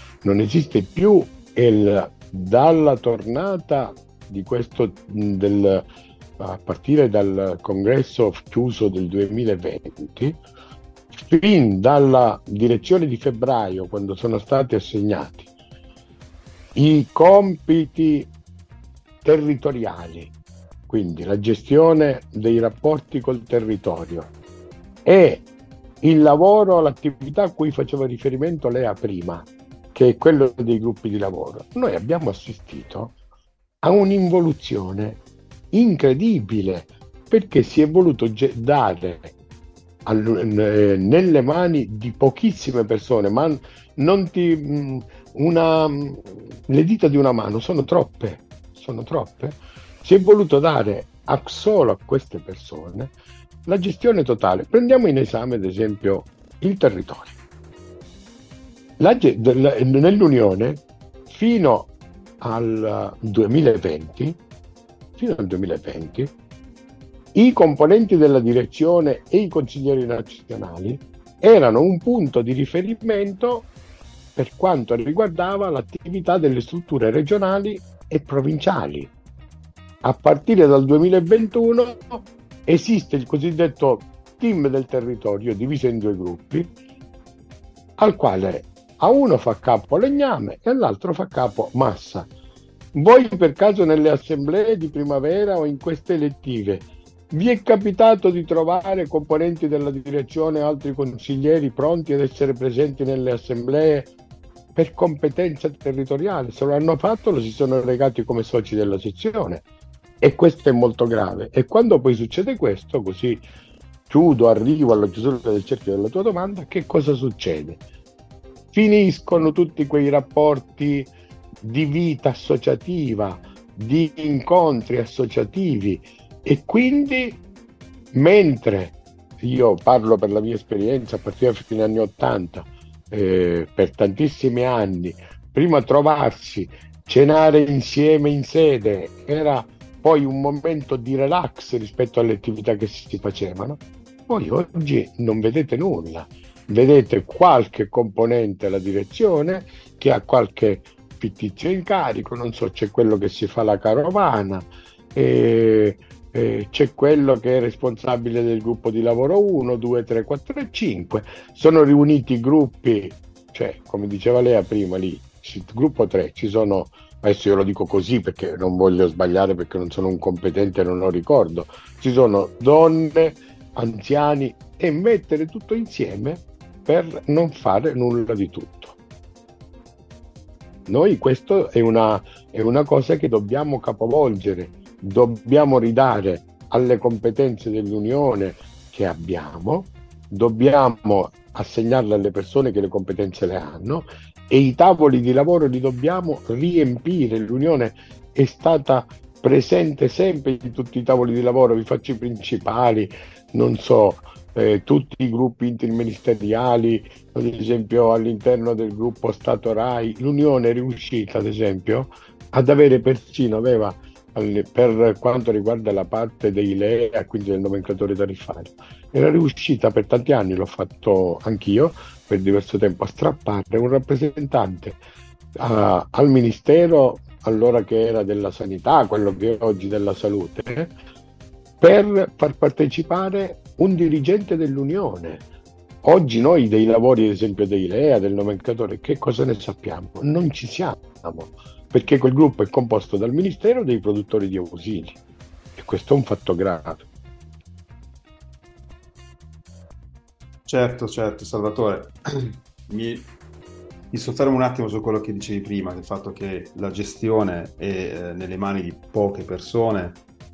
e dalla tornata di questo a partire dal congresso chiuso del 2020, fin dalla direzione di febbraio, quando sono stati assegnati i compiti territoriali, quindi la gestione dei rapporti col territorio e il lavoro, l'attività a cui faceva riferimento Lea prima, che è quello dei gruppi di lavoro, noi abbiamo assistito a un'involuzione incredibile, perché si è voluto dare nelle mani di pochissime persone, ma non le dita di una mano sono troppe, si è voluto dare solo a queste persone la gestione totale. Prendiamo in esame ad esempio il territorio. Nell'Unione fino al 2020 i componenti della direzione e i consiglieri nazionali erano un punto di riferimento per quanto riguardava l'attività delle strutture regionali e provinciali. A partire dal 2021 esiste il cosiddetto team del territorio diviso in due gruppi, al quale a uno fa capo Legname e all'altro fa capo Massa. Voi per caso nelle assemblee di primavera o in queste elettive vi è capitato di trovare componenti della direzione o altri consiglieri pronti ad essere presenti nelle assemblee per competenza territoriale? Se lo hanno fatto, lo si sono legati come soci della sezione, e questo è molto grave. E quando poi succede questo, così arrivo alla chiusura del cerchio della tua domanda, che cosa succede? Finiscono tutti quei rapporti di vita associativa, di incontri associativi, e quindi, mentre io parlo per la mia esperienza a partire dai fine anni 80, per tantissimi anni, prima trovarsi, cenare insieme in sede era poi un momento di relax rispetto alle attività che si facevano, poi oggi non vedete nulla, vedete qualche componente alla direzione che ha qualche fittizio incarico, non so, c'è quello che si fa la carovana, c'è quello che è responsabile del gruppo di lavoro 1, 2, 3, 4 e 5, sono riuniti gruppi, cioè come diceva lei prima lì, gruppo 3, ci sono, adesso io lo dico così perché non voglio sbagliare, perché non sono un competente e non lo ricordo, ci sono donne, anziani, e mettere tutto insieme per non fare nulla di tutto. Noi questo è una cosa che dobbiamo capovolgere, dobbiamo ridare alle competenze dell'Unione che abbiamo, dobbiamo assegnarle alle persone che le competenze le hanno, e i tavoli di lavoro li dobbiamo riempire. L'Unione è stata presente sempre in tutti i tavoli di lavoro. Vi faccio i principali, non so, tutti i gruppi interministeriali, ad esempio all'interno del gruppo Stato Rai. L'Unione è riuscita, ad esempio, ad avere persino, per quanto riguarda la parte dei LEA, quindi del nomenclatore tariffario, era riuscita per tanti anni, l'ho fatto anch'io per diverso tempo, a strappare un rappresentante al Ministero, allora che era della Sanità, quello che è oggi della Salute, per far partecipare un dirigente dell'Unione. Oggi noi dei lavori, ad esempio dei LEA, del nomenclatore, che cosa ne sappiamo? Non ci siamo, perché quel gruppo è composto dal Ministero dei produttori di ausili, e questo è un fatto grave. Certo, Salvatore. Mi soffermo un attimo su quello che dicevi prima, del fatto che la gestione è nelle mani di poche persone.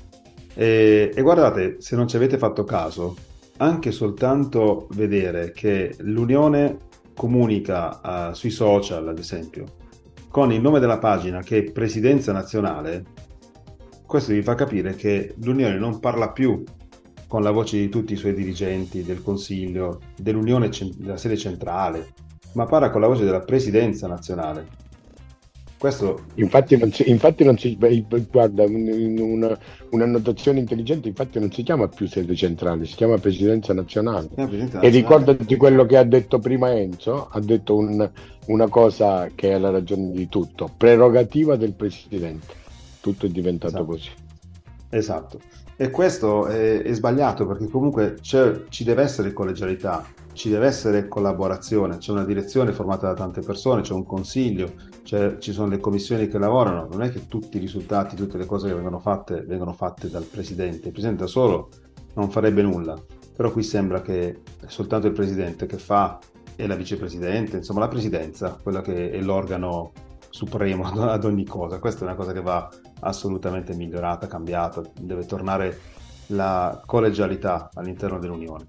E guardate, se non ci avete fatto caso, anche soltanto vedere che l'Unione comunica sui social, ad esempio, con il nome della pagina che è Presidenza Nazionale, questo vi fa capire che l'Unione non parla più con la voce di tutti i suoi dirigenti, del Consiglio, dell'Unione, della sede centrale, ma parla con la voce della Presidenza Nazionale. Questo... Infatti non si guarda, un'annotazione intelligente, infatti non si chiama più sede centrale, si chiama Presidenza Nazionale. E ricordati quello che ha detto prima Enzo, ha detto una cosa che è la ragione di tutto: prerogativa del Presidente. Tutto è diventato così. Esatto. E questo è sbagliato, perché comunque ci deve essere collegialità, ci deve essere collaborazione, c'è una direzione formata da tante persone, c'è un consiglio, ci sono le commissioni che lavorano. Non è che tutti i risultati, tutte le cose che vengono fatte dal Presidente. Il Presidente da solo non farebbe nulla, però qui sembra che è soltanto il Presidente che fa, e la Vicepresidente, insomma la Presidenza, quella che è l'organo supremo ad ogni cosa. Questa è una cosa che va assolutamente migliorata, cambiata. Deve tornare la collegialità all'interno dell'Unione.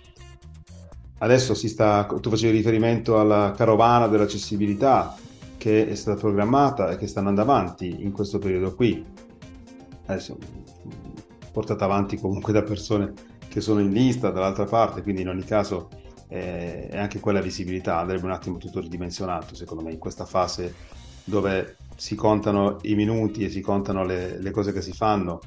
Adesso tu facevi riferimento alla carovana dell'accessibilità che è stata programmata e che sta andando avanti in questo periodo qui. Adesso portata avanti comunque da persone che sono in lista dall'altra parte, quindi in ogni caso è anche quella visibilità andrebbe un attimo tutto ridimensionato, secondo me, in questa fase dove si contano i minuti e si contano le cose che si fanno.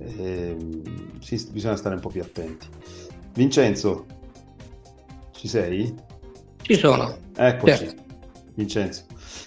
Bisogna stare un po' più attenti. Vincenzo, ci sei? Ci sono. Eccoci, certo. Vincenzo.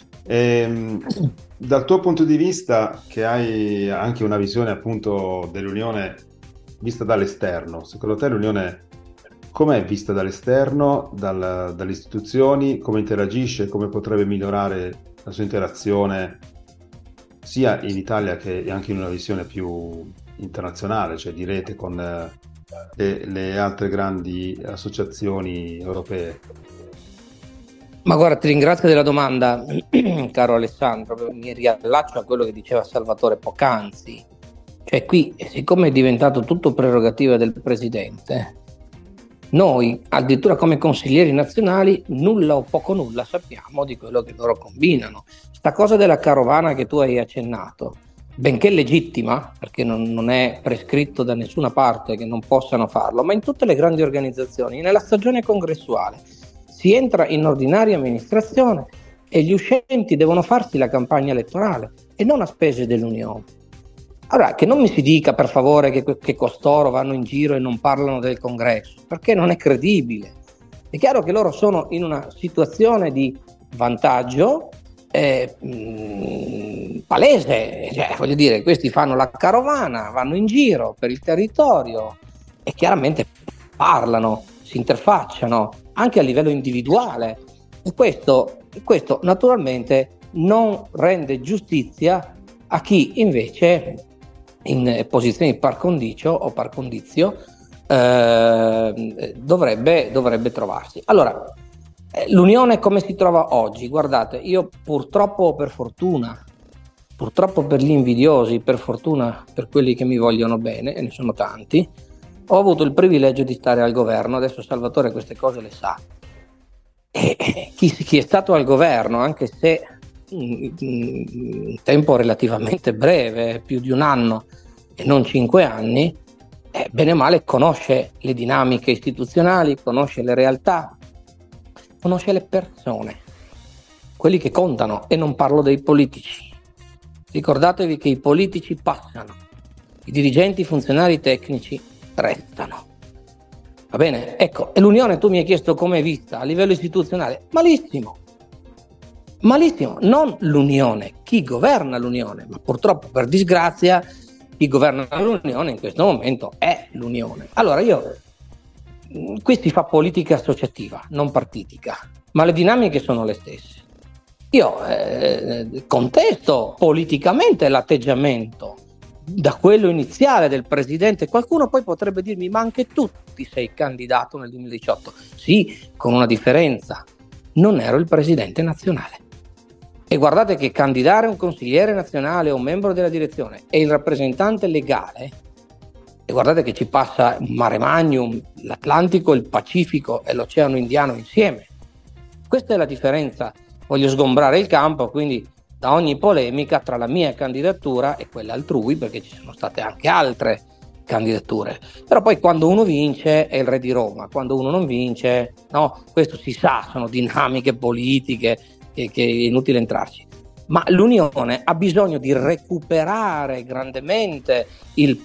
Dal tuo punto di vista, che hai anche una visione appunto dell'Unione vista dall'esterno, secondo te l'Unione com'è vista dall'esterno, dalle istituzioni, come interagisce, come potrebbe migliorare la sua interazione sia in Italia che anche in una visione più internazionale, cioè di rete con le altre grandi associazioni europee? Ma guarda, ti ringrazio della domanda, caro Alessandro. Mi riallaccio a quello che diceva Salvatore poc'anzi. Cioè qui, siccome è diventato tutto prerogativa del Presidente, noi, addirittura come consiglieri nazionali, nulla o poco nulla sappiamo di quello che loro combinano. Sta cosa della carovana che tu hai accennato, benché legittima, perché non è prescritto da nessuna parte che non possano farlo, ma in tutte le grandi organizzazioni, nella stagione congressuale, si entra in ordinaria amministrazione e gli uscenti devono farsi la campagna elettorale e non a spese dell'Unione. Allora, che non mi si dica per favore che costoro vanno in giro e non parlano del congresso, perché non è credibile. È chiaro che loro sono in una situazione di vantaggio palese, cioè, voglio dire, questi fanno la carovana, vanno in giro per il territorio e chiaramente parlano, si interfacciano anche a livello individuale, e questo naturalmente non rende giustizia a chi invece in posizioni par condicio o par condizio dovrebbe trovarsi. Allora, l'Unione come si trova oggi? Guardate, io purtroppo o per fortuna, purtroppo per gli invidiosi, per fortuna per quelli che mi vogliono bene, e ne sono tanti, ho avuto il privilegio di stare al governo. Adesso Salvatore queste cose le sa. E chi è stato al governo, anche se in tempo relativamente breve, più di un anno e non 5 anni, bene o male conosce le dinamiche istituzionali, conosce le realtà, conosce le persone, quelli che contano, e non parlo dei politici. Ricordatevi che i politici passano, i dirigenti, i funzionari tecnici restano. Va bene? Ecco, e l'Unione, tu mi hai chiesto come è vista a livello istituzionale. Malissimo, non l'Unione, chi governa l'Unione, ma purtroppo, per disgrazia, chi governa l'Unione in questo momento è l'Unione. Allora qui si fa politica associativa, non partitica, ma le dinamiche sono le stesse. Io contesto politicamente l'atteggiamento da quello iniziale del presidente. Qualcuno poi potrebbe dirmi: ma anche tu ti sei candidato nel 2018. Sì, con una differenza: non ero il presidente nazionale. E guardate che candidare un consigliere nazionale o un membro della direzione e il rappresentante legale, e guardate che ci passa un mare magnum, l'Atlantico, il Pacifico e l'Oceano Indiano insieme. Questa è la differenza. Voglio sgombrare il campo quindi da ogni polemica tra la mia candidatura e quella altrui, perché ci sono state anche altre candidature. Però poi quando uno vince è il re di Roma, quando uno non vince, no, questo si sa, sono dinamiche politiche che è inutile entrarci. Ma l'Unione ha bisogno di recuperare grandemente il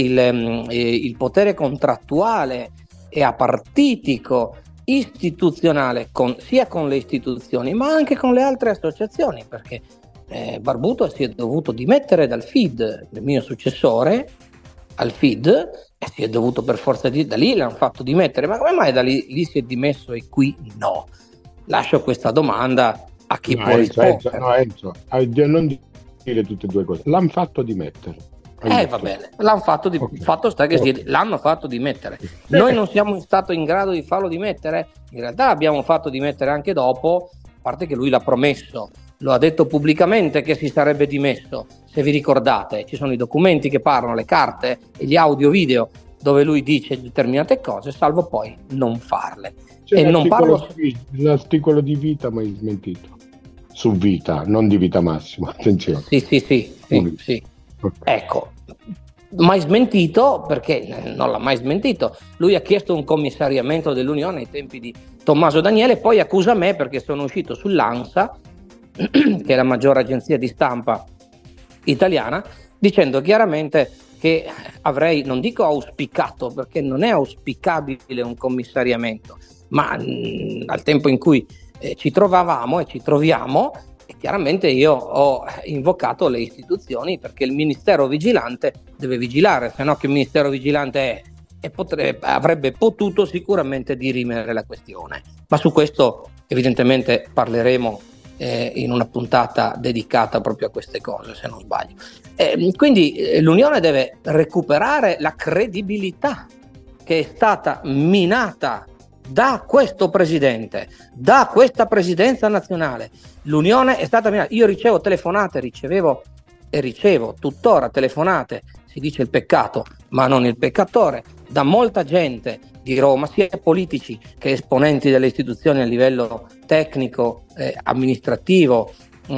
potere contrattuale e apartitico istituzionale, sia con le istituzioni ma anche con le altre associazioni, perché Barbuto si è dovuto dimettere dal FID, il mio successore al FID, e si è dovuto per forza da lì l'hanno fatto dimettere. Ma come mai da lì si è dimesso e qui no? Lascio questa domanda a chi può rispondere. Enzo, non dire tutte e due cose. L'hanno fatto dimettere. Va bene, l'hanno fatto fatto sta che l'hanno fatto dimettere. Noi non siamo stato in grado di farlo dimettere. In realtà l'abbiamo fatto dimettere anche dopo, a parte che lui l'ha promesso, lo ha detto pubblicamente che si sarebbe dimesso. Se vi ricordate, ci sono i documenti che parlano, le carte e gli audio video dove lui dice determinate cose, salvo poi non farle. C'è l'articolo di Vita, ma è smentito. Su Vita, non di Vita Massimo, attenzione. Sì. Ecco, mai smentito, perché non l'ha mai smentito. Lui ha chiesto un commissariamento dell'Unione ai tempi di Tommaso Daniele, poi accusa me perché sono uscito sull'ANSA, che è la maggiore agenzia di stampa italiana, dicendo chiaramente che avrei, non dico auspicato, perché non è auspicabile un commissariamento, ma al tempo in cui ci trovavamo e ci troviamo, e chiaramente io ho invocato le istituzioni, perché il ministero vigilante deve vigilare, se no che ministero vigilante è? E avrebbe potuto sicuramente dirimere la questione, ma su questo evidentemente parleremo in una puntata dedicata proprio a queste cose, se non sbaglio. Quindi l'Unione deve recuperare la credibilità che è stata minata da questo presidente, da questa presidenza nazionale. L'Unione è stata minata. Io ricevo telefonate, ricevo e ricevo tuttora telefonate, si dice il peccato ma non il peccatore, da molta gente di Roma, sia politici che esponenti delle istituzioni a livello tecnico, amministrativo,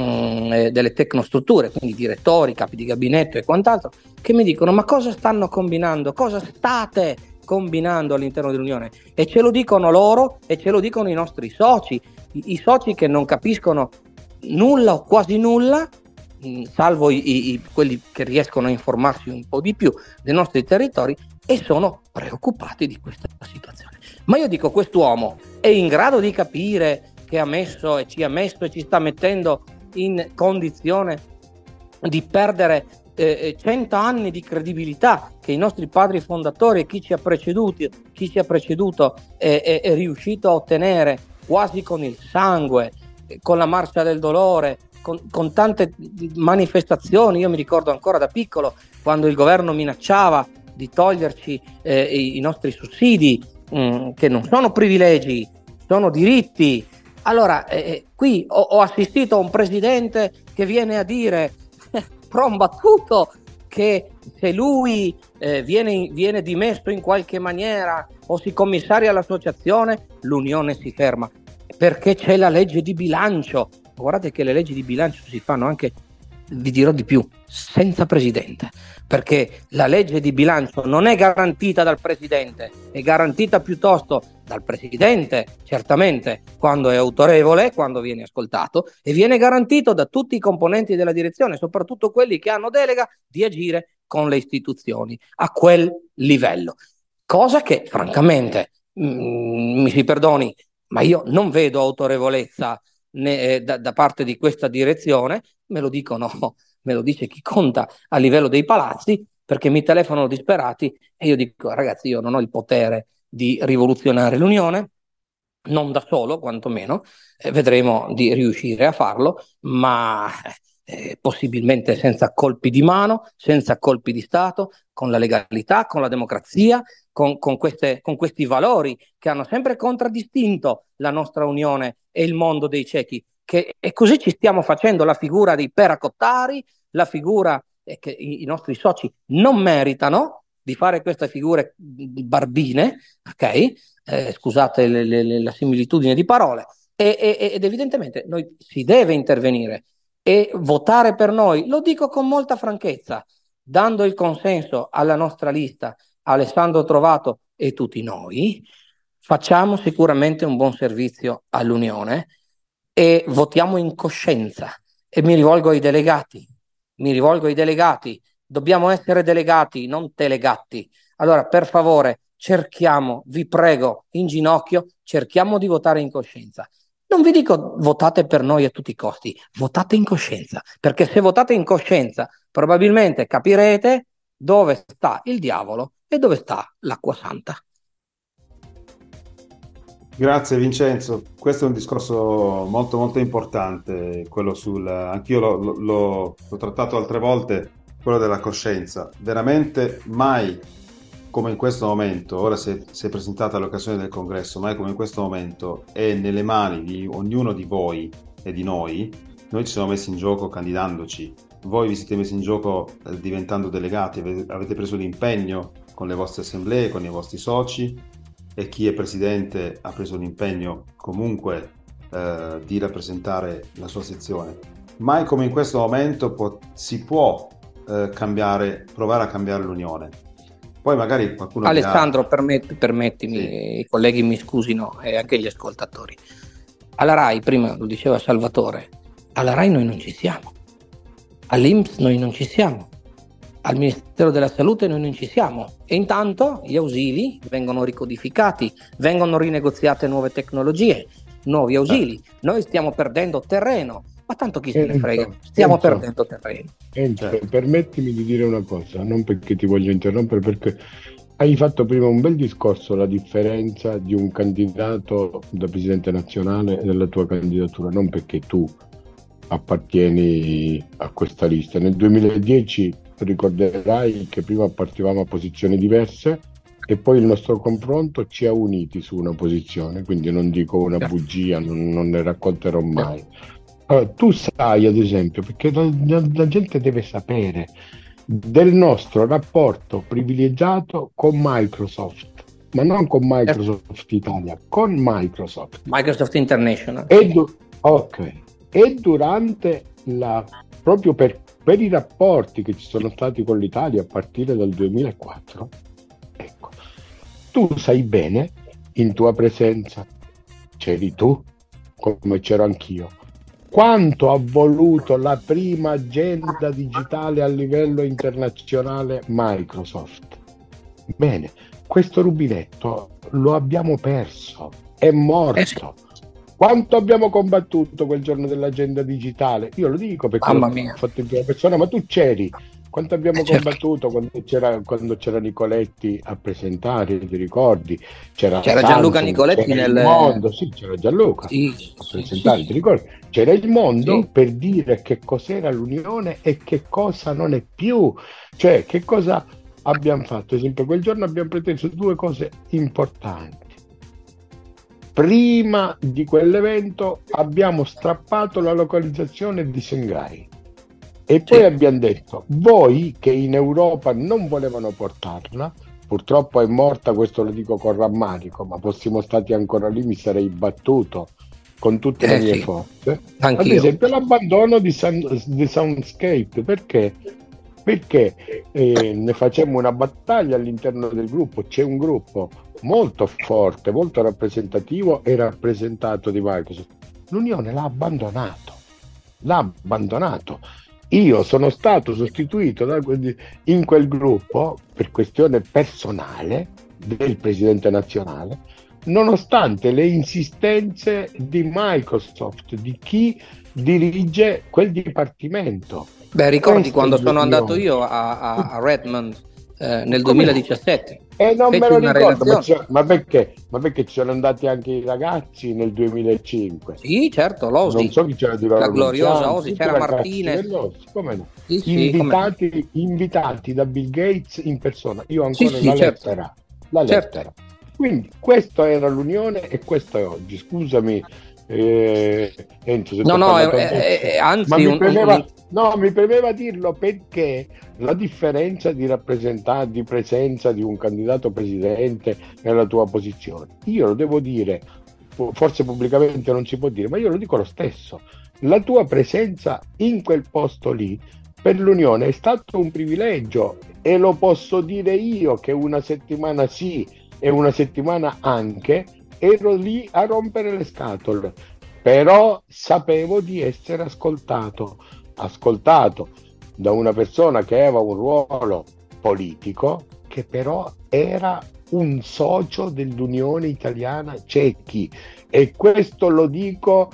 delle tecnostrutture, quindi direttori, capi di gabinetto e quant'altro, che mi dicono: ma cosa stanno combinando, cosa state combinando all'interno dell'Unione? E ce lo dicono loro e ce lo dicono i nostri soci, i soci che non capiscono nulla o quasi nulla, salvo quelli che riescono a informarsi un po' di più dei nostri territori, e sono preoccupati di questa situazione. Ma io dico, quest'uomo è in grado di capire che ha messo e ci sta mettendo in condizione di perdere 100 anni di credibilità che i nostri padri fondatori e chi ci ha preceduto è riuscito a ottenere quasi con il sangue, con la marcia del dolore, con tante manifestazioni. Io mi ricordo ancora da piccolo quando il governo minacciava di toglierci i nostri sussidi, che non sono privilegi, sono diritti. Allora qui ho assistito a un presidente che viene a dire prombattuto che se lui viene dimesso in qualche maniera o si commissaria l'associazione, l'Unione si ferma, perché c'è la legge di bilancio guardate che le leggi di bilancio si fanno anche, vi dirò di più, senza presidente, perché la legge di bilancio non è garantita dal presidente, è garantita piuttosto dal presidente, certamente quando è autorevole, quando viene ascoltato, e viene garantito da tutti i componenti della direzione, soprattutto quelli che hanno delega di agire con le istituzioni a quel livello, cosa che francamente mi si perdoni, ma io non vedo autorevolezza da parte di questa direzione. Me lo dicono, me lo dice chi conta a livello dei palazzi, perché mi telefonano disperati e io dico: ragazzi, io non ho il potere di rivoluzionare l'Unione, non da solo quantomeno, vedremo di riuscire a farlo, ma possibilmente senza colpi di mano, senza colpi di Stato, con la legalità, con la democrazia, con questi valori che hanno sempre contraddistinto la nostra Unione e il mondo dei ciechi. E così ci stiamo facendo la figura dei peracottari, la figura che i nostri soci non meritano di fare queste figure barbine, ok? Scusate la similitudine di parole, ed evidentemente noi si deve intervenire e votare per noi, lo dico con molta franchezza, dando il consenso alla nostra lista, Alessandro Trovato e tutti noi, facciamo sicuramente un buon servizio all'Unione e votiamo in coscienza. E mi rivolgo ai delegati, dobbiamo essere delegati, non telegatti. Allora, per favore, cerchiamo, vi prego, in ginocchio, cerchiamo di votare in coscienza. Non vi dico votate per noi a tutti i costi, votate in coscienza, perché se votate in coscienza probabilmente capirete dove sta il diavolo e dove sta l'acqua santa. Grazie Vincenzo, questo è un discorso molto molto importante, quello anch'io l'ho trattato altre volte, quello della coscienza. Veramente mai come in questo momento, ora si è presentata l'occasione del congresso, mai come in questo momento è nelle mani di ognuno di voi e di noi. Noi ci siamo messi in gioco candidandoci, voi vi siete messi in gioco diventando delegati, avete preso l'impegno con le vostre assemblee, con i vostri soci, e chi è presidente ha preso l'impegno comunque di rappresentare la sua sezione. Mai come in questo momento si può provare a cambiare l'Unione. Poi magari qualcuno Alessandro, permettimi, sì. I colleghi mi scusino e anche gli ascoltatori. Alla RAI, prima lo diceva Salvatore, alla RAI noi non ci siamo, all'INPS noi non ci siamo, al Ministero della Salute noi non ci siamo, e intanto gli ausili vengono ricodificati, vengono rinegoziate nuove tecnologie, nuovi ausili. Noi stiamo perdendo terreno, ma tanto chi se ne frega, stiamo perdendo terreno. Permettimi di dire una cosa, non perché ti voglio interrompere, perché hai fatto prima un bel discorso, la differenza di un candidato da presidente nazionale e della tua candidatura, non perché tu appartieni a questa lista. Nel 2010 ricorderai che prima appartenevamo a posizioni diverse e poi il nostro confronto ci ha uniti su una posizione, quindi non dico una bugia, non ne racconterò mai. Allora, tu sai, ad esempio, perché la gente deve sapere del nostro rapporto privilegiato con Microsoft, ma non con Microsoft Italia, con Microsoft International. E durante proprio per i rapporti che ci sono stati con l'Italia a partire dal 2004, ecco, tu sai bene, in tua presenza c'eri tu, come c'ero anch'io, quanto ha voluto la prima agenda digitale a livello internazionale Microsoft. Bene, questo rubinetto lo abbiamo perso, è morto. Quanto abbiamo combattuto quel giorno dell'agenda digitale? Io lo dico perché l'ho fatto in prima persona, ma tu c'eri. Quanto abbiamo combattuto quando c'era Nicoletti a presentare, ti ricordi? C'era Gianluca Nicoletti nel mondo, sì, c'era Gianluca a presentare, ti ricordi? C'era il mondo per dire che cos'era l'Unione e che cosa non è più. Cioè, che cosa abbiamo fatto? Ad esempio, quel giorno abbiamo preteso due cose importanti. Prima di quell'evento abbiamo strappato la localizzazione di Shanghai e poi abbiamo detto: voi che in Europa non volevano portarla, purtroppo è morta, questo lo dico con rammarico, ma fossimo stati ancora lì mi sarei battuto con tutte le mie sì, forze. anch'io. Ad esempio l'abbandono di Soundscape, perché ne facemmo una battaglia all'interno del gruppo. C'è un gruppo molto forte, molto rappresentativo e rappresentato di Microsoft. L'Unione l'ha abbandonato. Io sono stato sostituito in quel gruppo per questione personale del presidente nazionale, nonostante le insistenze di Microsoft, di chi dirige quel dipartimento. Beh, ricordi Questo quando è il sono mio- andato io a Redmond nel Come no? 2017? Non Feci me lo una ricordo, relazione. ma perché ci sono andati anche i ragazzi nel 2005? Sì, certo, Non l'Osi, so chi c'era di loro, la gloriosa Luciano, Osi, tutti i c'era ragazzi Martinez. dell'Osi, come no? Sì, sì, come no. Invitati da Bill Gates in persona. Io ho Sì, ancora sì, la certo. lettera. Certo. Quindi questo era l'Unione e questo è oggi. Scusami, Enzo, se No, t'ho no, parlato addosso. anzi, Ma mi premeva dirlo, perché la differenza di di presenza di un candidato presidente nella tua posizione, io lo devo dire, forse pubblicamente non si può dire, ma io lo dico lo stesso. La tua presenza in quel posto lì per l'Unione è stato un privilegio, e lo posso dire io che una settimana sì e una settimana anche ero lì a rompere le scatole, però sapevo di essere ascoltato da una persona che aveva un ruolo politico, che però era un socio dell'Unione Italiana Cecchi, e questo lo dico,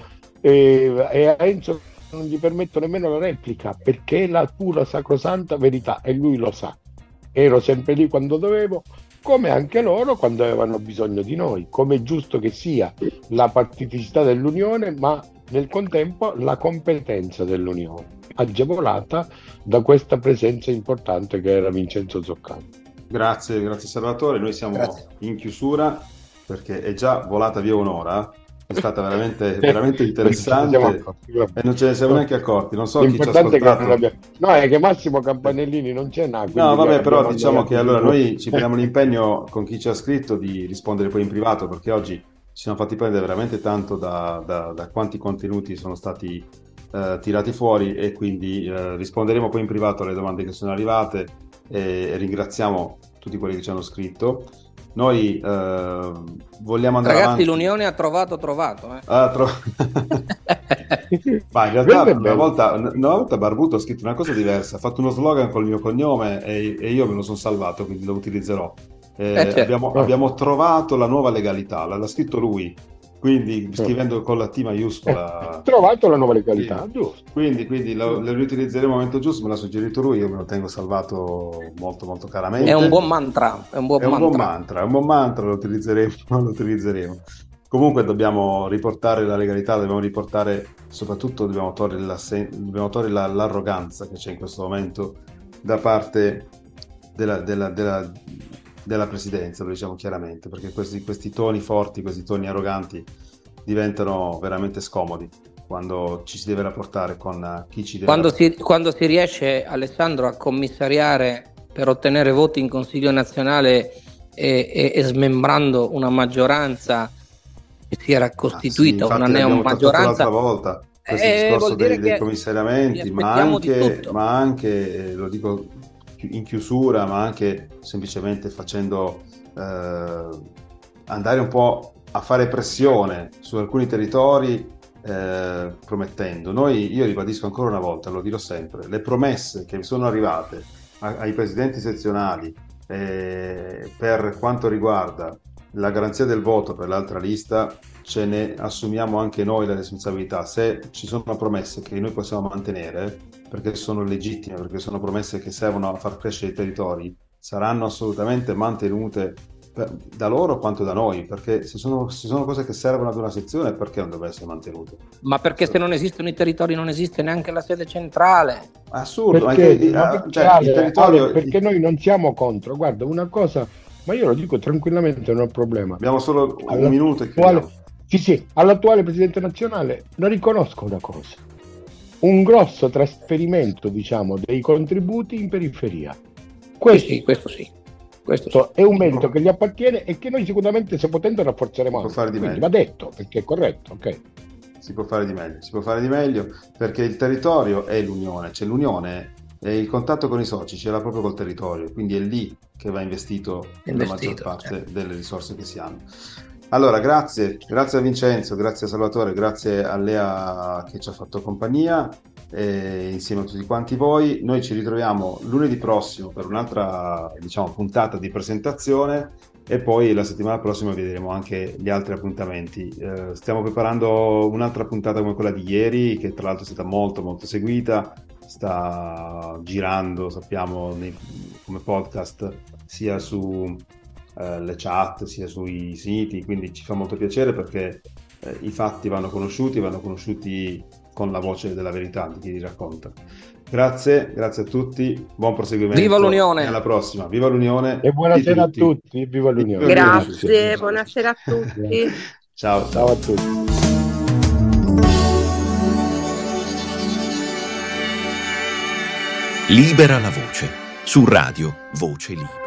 e a Enzo non gli permetto nemmeno la replica, perché è la pura sacrosanta verità e lui lo sa. Ero sempre lì quando dovevo, come anche loro quando avevano bisogno di noi, come è giusto che sia la partiticità dell'Unione, ma nel contempo la competenza dell'Unione, agevolata da questa presenza importante che era Vincenzo Zoccani. Grazie Salvatore, noi siamo in chiusura perché è già volata via un'ora. È stata veramente interessante e non ce ne siamo neanche accorti. Non so chi ci ha ascoltato. No, è che Massimo Campanellini non c'è. No, vabbè, però diciamo che allora noi ci prendiamo l'impegno con chi ci ha scritto di rispondere poi in privato, perché oggi ci siamo fatti prendere veramente tanto da quanti contenuti sono stati tirati fuori, e quindi risponderemo poi in privato alle domande che sono arrivate, e ringraziamo tutti quelli che ci hanno scritto. Noi vogliamo andare Ragazzi, avanti. l'Unione ha trovato. Ma in realtà una volta Barbuto ha scritto una cosa diversa, ha fatto uno slogan col mio cognome e io me lo sono salvato, quindi lo utilizzerò. Certo. Abbiamo trovato la nuova legalità, l'ha scritto lui, quindi scrivendo con la T maiuscola. Trovato la nuova legalità, sì. Giusto. Quindi lo riutilizzeremo al momento giusto, me l'ha suggerito lui, io me lo tengo salvato molto molto caramente. È un buon mantra, è un buon mantra, lo utilizzeremo. Comunque dobbiamo riportare la legalità, soprattutto dobbiamo togliere l'arroganza che c'è in questo momento da parte della presidenza, lo diciamo chiaramente, perché questi toni forti, questi toni arroganti diventano veramente scomodi quando ci si deve rapportare con chi ci deve quando si riesce, Alessandro, a commissariare per ottenere voti in Consiglio nazionale e smembrando una maggioranza che si era costituita, una neomaggioranza. L'altra volta questo discorso dei commissariamenti, ma anche lo dico in chiusura, ma anche semplicemente facendo andare un po' a fare pressione su alcuni territori, promettendo. Io ribadisco ancora una volta, lo dirò sempre, le promesse che sono arrivate ai presidenti sezionali per quanto riguarda la garanzia del voto per l'altra lista, ce ne assumiamo anche noi la responsabilità. Se ci sono promesse che noi possiamo mantenere perché sono legittime, perché sono promesse che servono a far crescere i territori, saranno assolutamente mantenute da loro quanto da noi, perché se sono cose che servono ad una sezione, perché non dovrebbero essere mantenute? Ma perché se non esistono i territori non esiste neanche la sede centrale. Assurdo, perché noi non siamo contro. Guarda, una cosa, ma io lo dico tranquillamente, non ho problema. Abbiamo solo un minuto e chiudiamo. Sì, all'attuale presidente nazionale non riconosco una cosa: un grosso trasferimento, diciamo, dei contributi in periferia. Questo sì. È un merito che gli appartiene e che noi sicuramente, se potendo, rafforzeremo. Può fare di meglio. Va detto, perché è corretto, ok? si può fare di meglio perché il territorio è l'unione, cioè l'unione e il contatto con i soci ce l'ha proprio col territorio, quindi è lì che va investito la maggior parte delle risorse che si hanno. Allora, grazie a Vincenzo, grazie a Salvatore, grazie a Lea che ci ha fatto compagnia, insieme a tutti quanti voi. Noi ci ritroviamo lunedì prossimo per un'altra, diciamo, puntata di presentazione e poi la settimana prossima vedremo anche gli altri appuntamenti. Stiamo preparando un'altra puntata come quella di ieri, che tra l'altro è stata molto molto seguita, sta girando, sappiamo, come podcast sia su le chat sia sui siti, quindi ci fa molto piacere perché i fatti vanno conosciuti con la voce della verità di chi li racconta. Grazie a tutti, buon proseguimento. Viva l'Unione! Alla prossima, viva l'Unione! E buonasera a tutti, viva l'Unione! Grazie, buonasera a tutti. Ciao a tutti. Libera la voce su Radio Voce Libera.